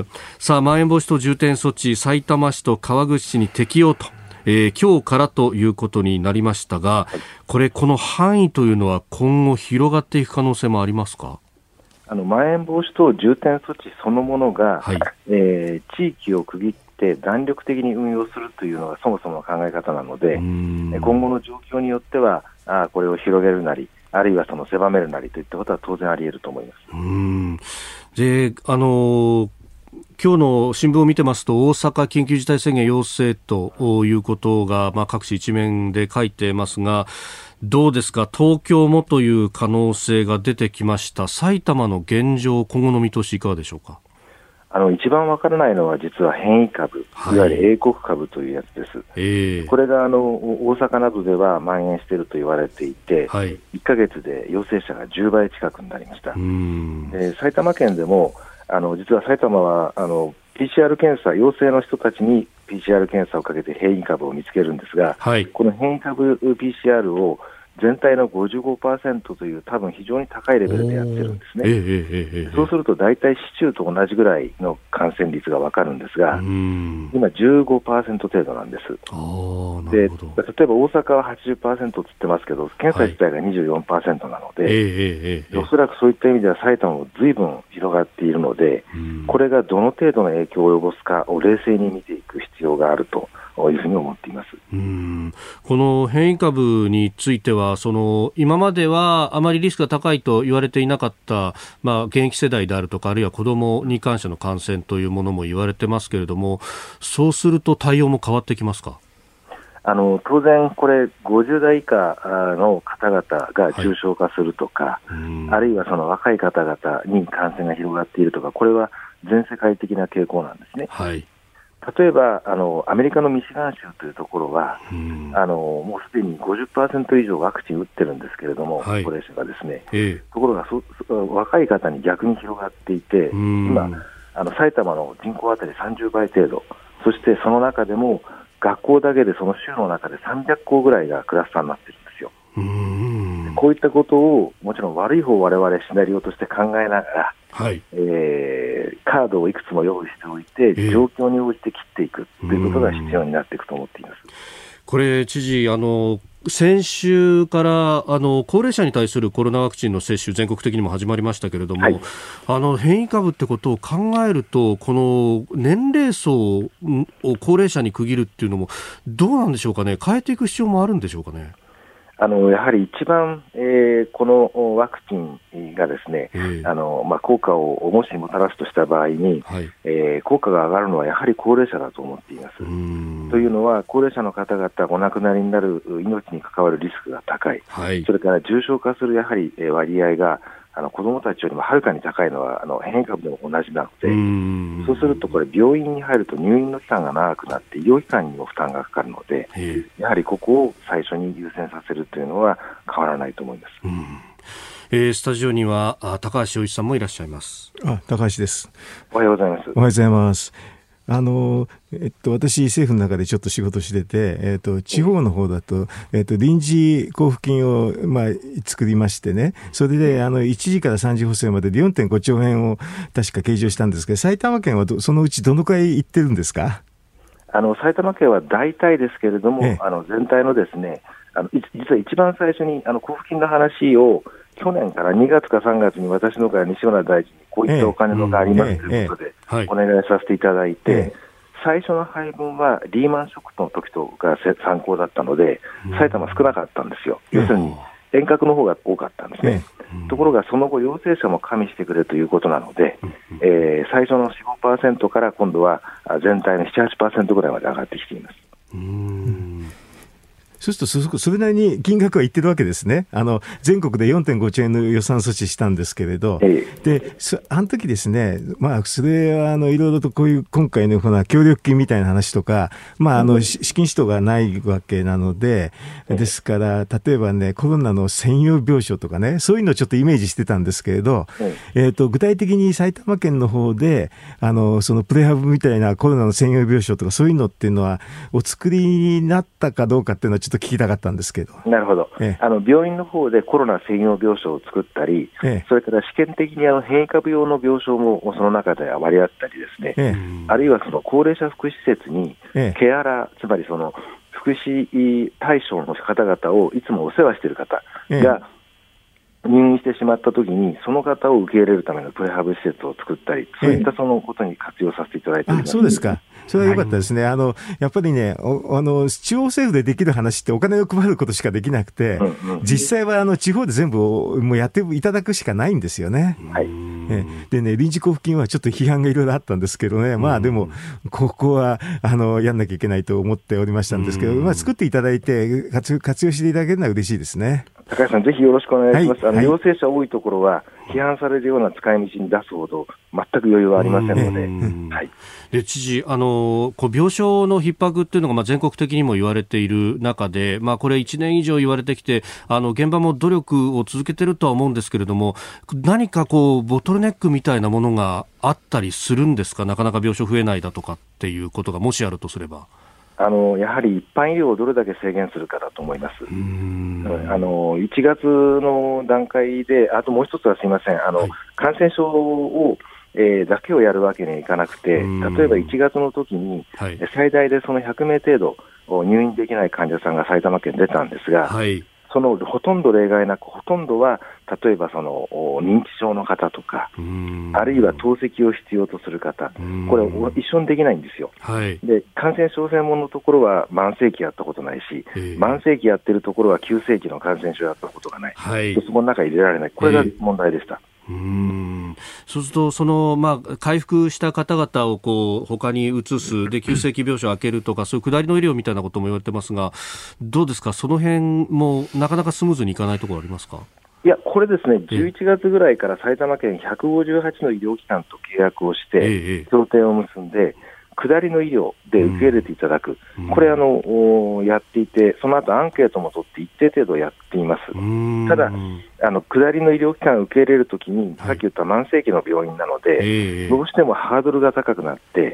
さあ、まん延防止等重点措置、埼玉市と川口市に適用と、えー、今日からということになりましたが、はい、これこの範囲というのは今後広がっていく可能性もありますか？ あのまん延防止等重点措置そのものが、はい、えー、地域を区切って弾力的に運用するというのがそもそもの考え方なので、今後の状況によってはあこれを広げるなり、あるいはその狭めるなりといったことは当然あり得ると思います。 うーんであのー今日の新聞を見てますと、大阪緊急事態宣言要請ということが、まあ、各紙一面で書いてますが、どうですか、東京もという可能性が出てきました。埼玉の現状、今後の見通しいかがでしょうか？ あの一番わからないのは実は変異株、はい、いわゆる英国株というやつです、えー、これがあの大阪などでは蔓延していると言われていて、はい、いっかげつで陽性者がじゅうばい近くになりました。うーんで埼玉県でもあの実は埼玉はあの ピーシーアール 検査、陽性の人たちに ピーシーアール 検査をかけて変異株を見つけるんですが、はい、この変異株 ピーシーアール を全体の ごじゅうごパーセント という多分非常に高いレベルでやってるんですね。えーえーえー、そうすると大体市中と同じぐらいの感染率が分かるんですが、今 じゅうごパーセント 程度なんです。あなるほど。で例えば大阪は はちじゅっパーセント と言ってますけど、検査自体が にじゅうよんパーセント なので、はいえーえー、おそらくそういった意味では埼玉も随分広がっているので、これがどの程度の影響を及ぼすかを冷静に見ていく必要があるというふうに思っています。 うーんこの変異株についてはその今まではあまりリスクが高いと言われていなかった、まあ、現役世代であるとかあるいは子どもに関しての感染というものも言われてますけれども、そうすると対応も変わってきますか？ あの当然これごじゅうだい以下の方々が重症化するとか、はい、あるいはその若い方々に感染が広がっているとか、これは全世界的な傾向なんですね。はい例えばあのアメリカのミシガン州というところは、うん、あのもうすでに ごじゅっパーセント 以上ワクチン打ってるんですけれども、はい、高齢者がですね、ええ、ところがそ若い方に逆に広がっていて、今あの埼玉の人口あたりさんじゅうばい程度、そしてその中でも学校だけでその州の中でさんびゃっこうぐらいがクラスターになってるんですよ。うーん、こういったことをもちろん悪い方を我々シナリオとして考えながら、はい、えー、カードをいくつも用意しておいて、えー、状況に応じて切っていくということが必要になっていくと思っています。 これ知事、あの先週からあの高齢者に対するコロナワクチンの接種全国的にも始まりましたけれども、はい、あの変異株ってことを考えるとこの年齢層を高齢者に区切るっていうのもどうなんでしょうかね。変えていく必要もあるんでしょうかね。 あのやはり一番、えー、このワクチンがですね、えーあのまあ、効果をもしもたらすとした場合に、はい、えー、効果が上がるのはやはり高齢者だと思っています。というのは高齢者の方々お亡くなりになる命に関わるリスクが高い、はい、それから重症化するやはり割合があの子どもたちよりもはるかに高いのはあの変異株でも同じなので、うそうするとこれ病院に入ると入院の期間が長くなって医療機関にも負担がかかるので、やはりここを最初に優先させるというのは変わらないと思います。うん、 えー、スタジオには高橋洋一さんもいらっしゃいます。 あ、高橋です。 おはようございます。 おはようございます。あのえっと、私、政府の中でちょっと仕事してて、えっと、地方の方だと、えっと、臨時交付金を、まあ、作りましてね、それで、あの、いちじからさんじ補正までで よんてんごちょうえんを確か計上したんですけど、埼玉県はそのうちどのくらい行ってるんですか？ あの、埼玉県は大体ですけれども、ええ、あの、全体のですね、あの、実は一番最初に、あの、交付金の話を、去年からにがつかさんがつに私のから西村大臣にこういったお金のがありますということでお願いさせていただいて、最初の配分はリーマンショックの時とが参考だったので、埼玉少なかったんですよ。要するに遠隔の方が多かったんですね。ところがその後陽性者も加味してくれということなので、えー、最初の よん、ごパーセント から今度は全体の なな、はちパーセント ぐらいまで上がってきています。 うーん、そうするとそれなりに金額はいってるわけですね。あの全国で よんてんごちょうえんの予算措置したんですけれど、ええ、であの時ですね、まあ、それはあのいろいろとこういう今回のような協力金みたいな話とか、まあ、あの資金使途がないわけなので、ですから例えばね、コロナの専用病床とかね、そういうのをちょっとイメージしてたんですけれど、えーと、具体的に埼玉県の方であのそのプレハブみたいなコロナの専用病床とかそういうのっていうのはお作りになったかどうかっていうのはちょっと聞きたかったんですけど。 なるほど、ええ、あの病院の方でコロナ専用病床を作ったり、ええ、それから試験的にあの変異株用の病床もその中で割り当ったりですね、ええ、あるいはその高齢者福祉施設にケアラー、つまりその福祉対象の方々をいつもお世話している方が入院してしまったときにその方を受け入れるためのプレハブ施設を作ったり、そういったそのことに活用させていただいております。 あ、そうですか。それは良かったですね。はい、あのやっぱりね、おあの地方政府でできる話ってお金を配ることしかできなくて、うんうんうん、実際はあの地方で全部もうやっていただくしかないんですよね。はい、えでね、臨時交付金はちょっと批判がいろいろあったんですけどね、まあでもここはあのやんなきゃいけないと思っておりましたんですけど、まあ、作っていただいて活、活用していただけるのは嬉しいですね。 高橋さん、ぜひよろしくお願いします。はい、あの陽性者多いところは批判されるような使い道に出すほど全く余裕はありませんので、はい、 で知事、あのこう病床の逼迫っていうのがまあ全国的にも言われている中で、まあ、これいちねん以上言われてきて、あの現場も努力を続けているとは思うんですけれども、何かこうボトルネックみたいなものがあったりするんですか？なかなか病床増えないだとかっていうことがもしあるとすれば。 あのやはり一般医療をどれだけ制限するかだと思います。うーん、あのいちがつの段階で、あともう一つはすみません、あの、はい、感染症を、えー、だけをやるわけにはいかなくて、例えばいちがつの時に、はい、最大でそのひゃくめい程度入院できない患者さんが埼玉県出たんですが、はい、そのほとんど例外なくほとんどは例えばその認知症の方とか、あるいは透析を必要とする方、これ一緒にできないんですよ。はい、で感染症専門のところは慢性期やったことないし、慢性期やってるところは急性期の感染症やったことがない、はい、そこの中に入れられない、これが問題でした。 うーん、そうするとその、まあ、回復した方々をこう他に移すで急性期病床を開けるとかそういう下りの医療みたいなことも言われてますが、どうですか、その辺もなかなかスムーズにいかないところありますか？ いや、これですね、じゅういちがつぐらいから埼玉県ひゃくごじゅうはちの医療機関と契約をして協定を結んで下りの医療で受け入れていただく、うん、これあのやっていて、その後アンケートも取って一定程度やっています。ただあの下りの医療機関を受け入れるときに、はい、さっき言った慢性期の病院なので、えー、どうしてもハードルが高くなって、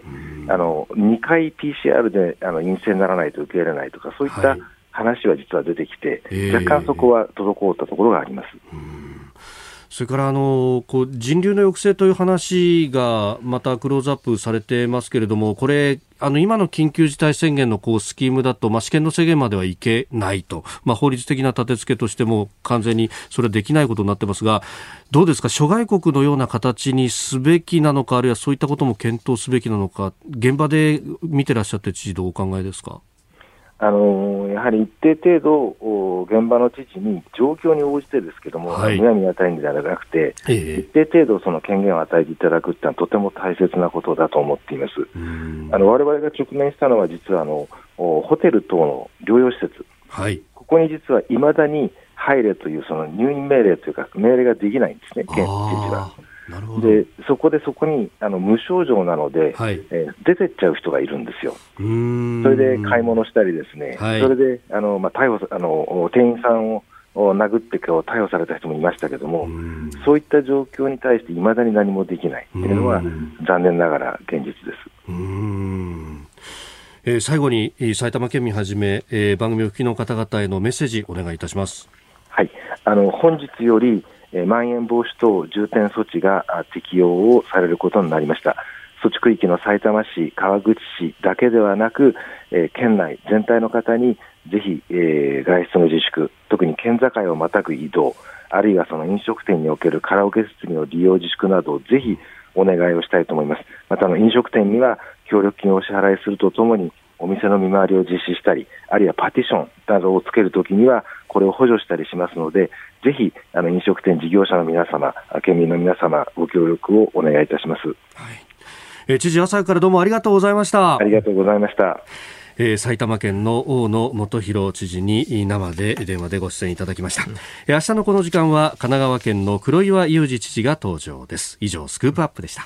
あのにかい ピーシーアール であの陰性にならないと受け入れないとか、そういった話は実は出てきて、はい、若干そこは滞ったところがあります。 えーうんそれからあのこう人流の抑制という話がまたクローズアップされてますけれども、これあの今の緊急事態宣言のこうスキームだと、まあ、試験の制限まではいけないと、まあ、法律的な立て付けとしても完全にそれはできないことになってますが、どうですか、諸外国のような形にすべきなのか、あるいはそういったことも検討すべきなのか、現場で見てらっしゃって知事どうお考えですか。 あのやはり一定程度、現場の知事に状況に応じてですけども、はい、むやみに与えるのではなくて、ええ、一定程度その権限を与えていただくというのはとても大切なことだと思っています。あの我々が直面したのは実はあのホテル等の療養施設、はい、ここに実はいまだに入れというその入院命令というか命令ができないんですね、現知事は。なるほど。でそこでそこにあの無症状なので、はいえー、出てっちゃう人がいるんですよ。うーん、それで買い物したりですね、はい、それであの、まあ、逮捕あの店員さんを殴って今日逮捕された人もいましたけども、うそういった状況に対していまだに何もできないというのは残念ながら現実です。 うーん、えー、最後に埼玉県民はじめ、えー、番組お聞きの方々へのメッセージお願いいたします。 はい、あの本日よりえー、まん延防止等重点措置が適用をされることになりました。措置区域のさいたま市、川口市だけではなく、えー、県内全体の方にぜひ、えー、外出の自粛、特に県境をまたぐ移動、あるいはその飲食店におけるカラオケ設備の利用自粛などをぜひお願いをしたいと思います。またあの飲食店には協力金をお支払いするとともに、お店の見回りを実施したり、あるいはパティションなどをつけるときにはこれを補助したりしますので、ぜひあの飲食店事業者の皆様、県民の皆様、ご協力をお願いいたします。はい、 えー、知事、朝からどうもありがとうございました。 ありがとうございました。 えー、埼玉県の大野元弘知事に生で電話でご出演いただきました。うん、えー、明日のこの時間は神奈川県の黒岩祐二知事が登場です。以上、スクープアップでした。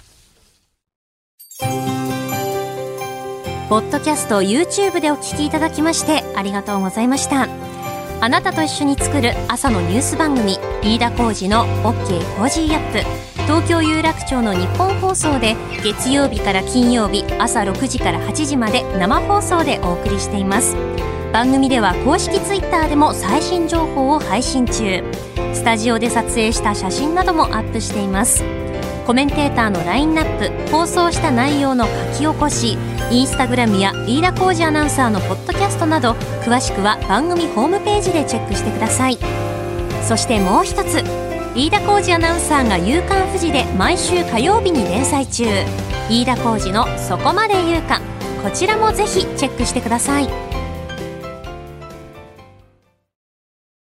ポッドキャスト YouTube でお聞きいただきましてありがとうございました。あなたと一緒に作る朝のニュース番組、飯田浩司の OK コージーアップ、東京有楽町の日本放送で月曜日から金曜日朝ろくじからはちじまで生放送でお送りしています。番組では公式 Twitter でも最新情報を配信中。スタジオで撮影した写真などもアップしています。コメンテーターのラインナップ、放送した内容の書き起こし、インスタグラムや飯田浩司アナウンサーのポッドキャストなど、詳しくは番組ホームページでチェックしてください。そしてもう一つ、飯田浩司アナウンサーが夕刊フジで毎週火曜日に連載中、飯田浩司のそこまで言うか、こちらもぜひチェックしてください。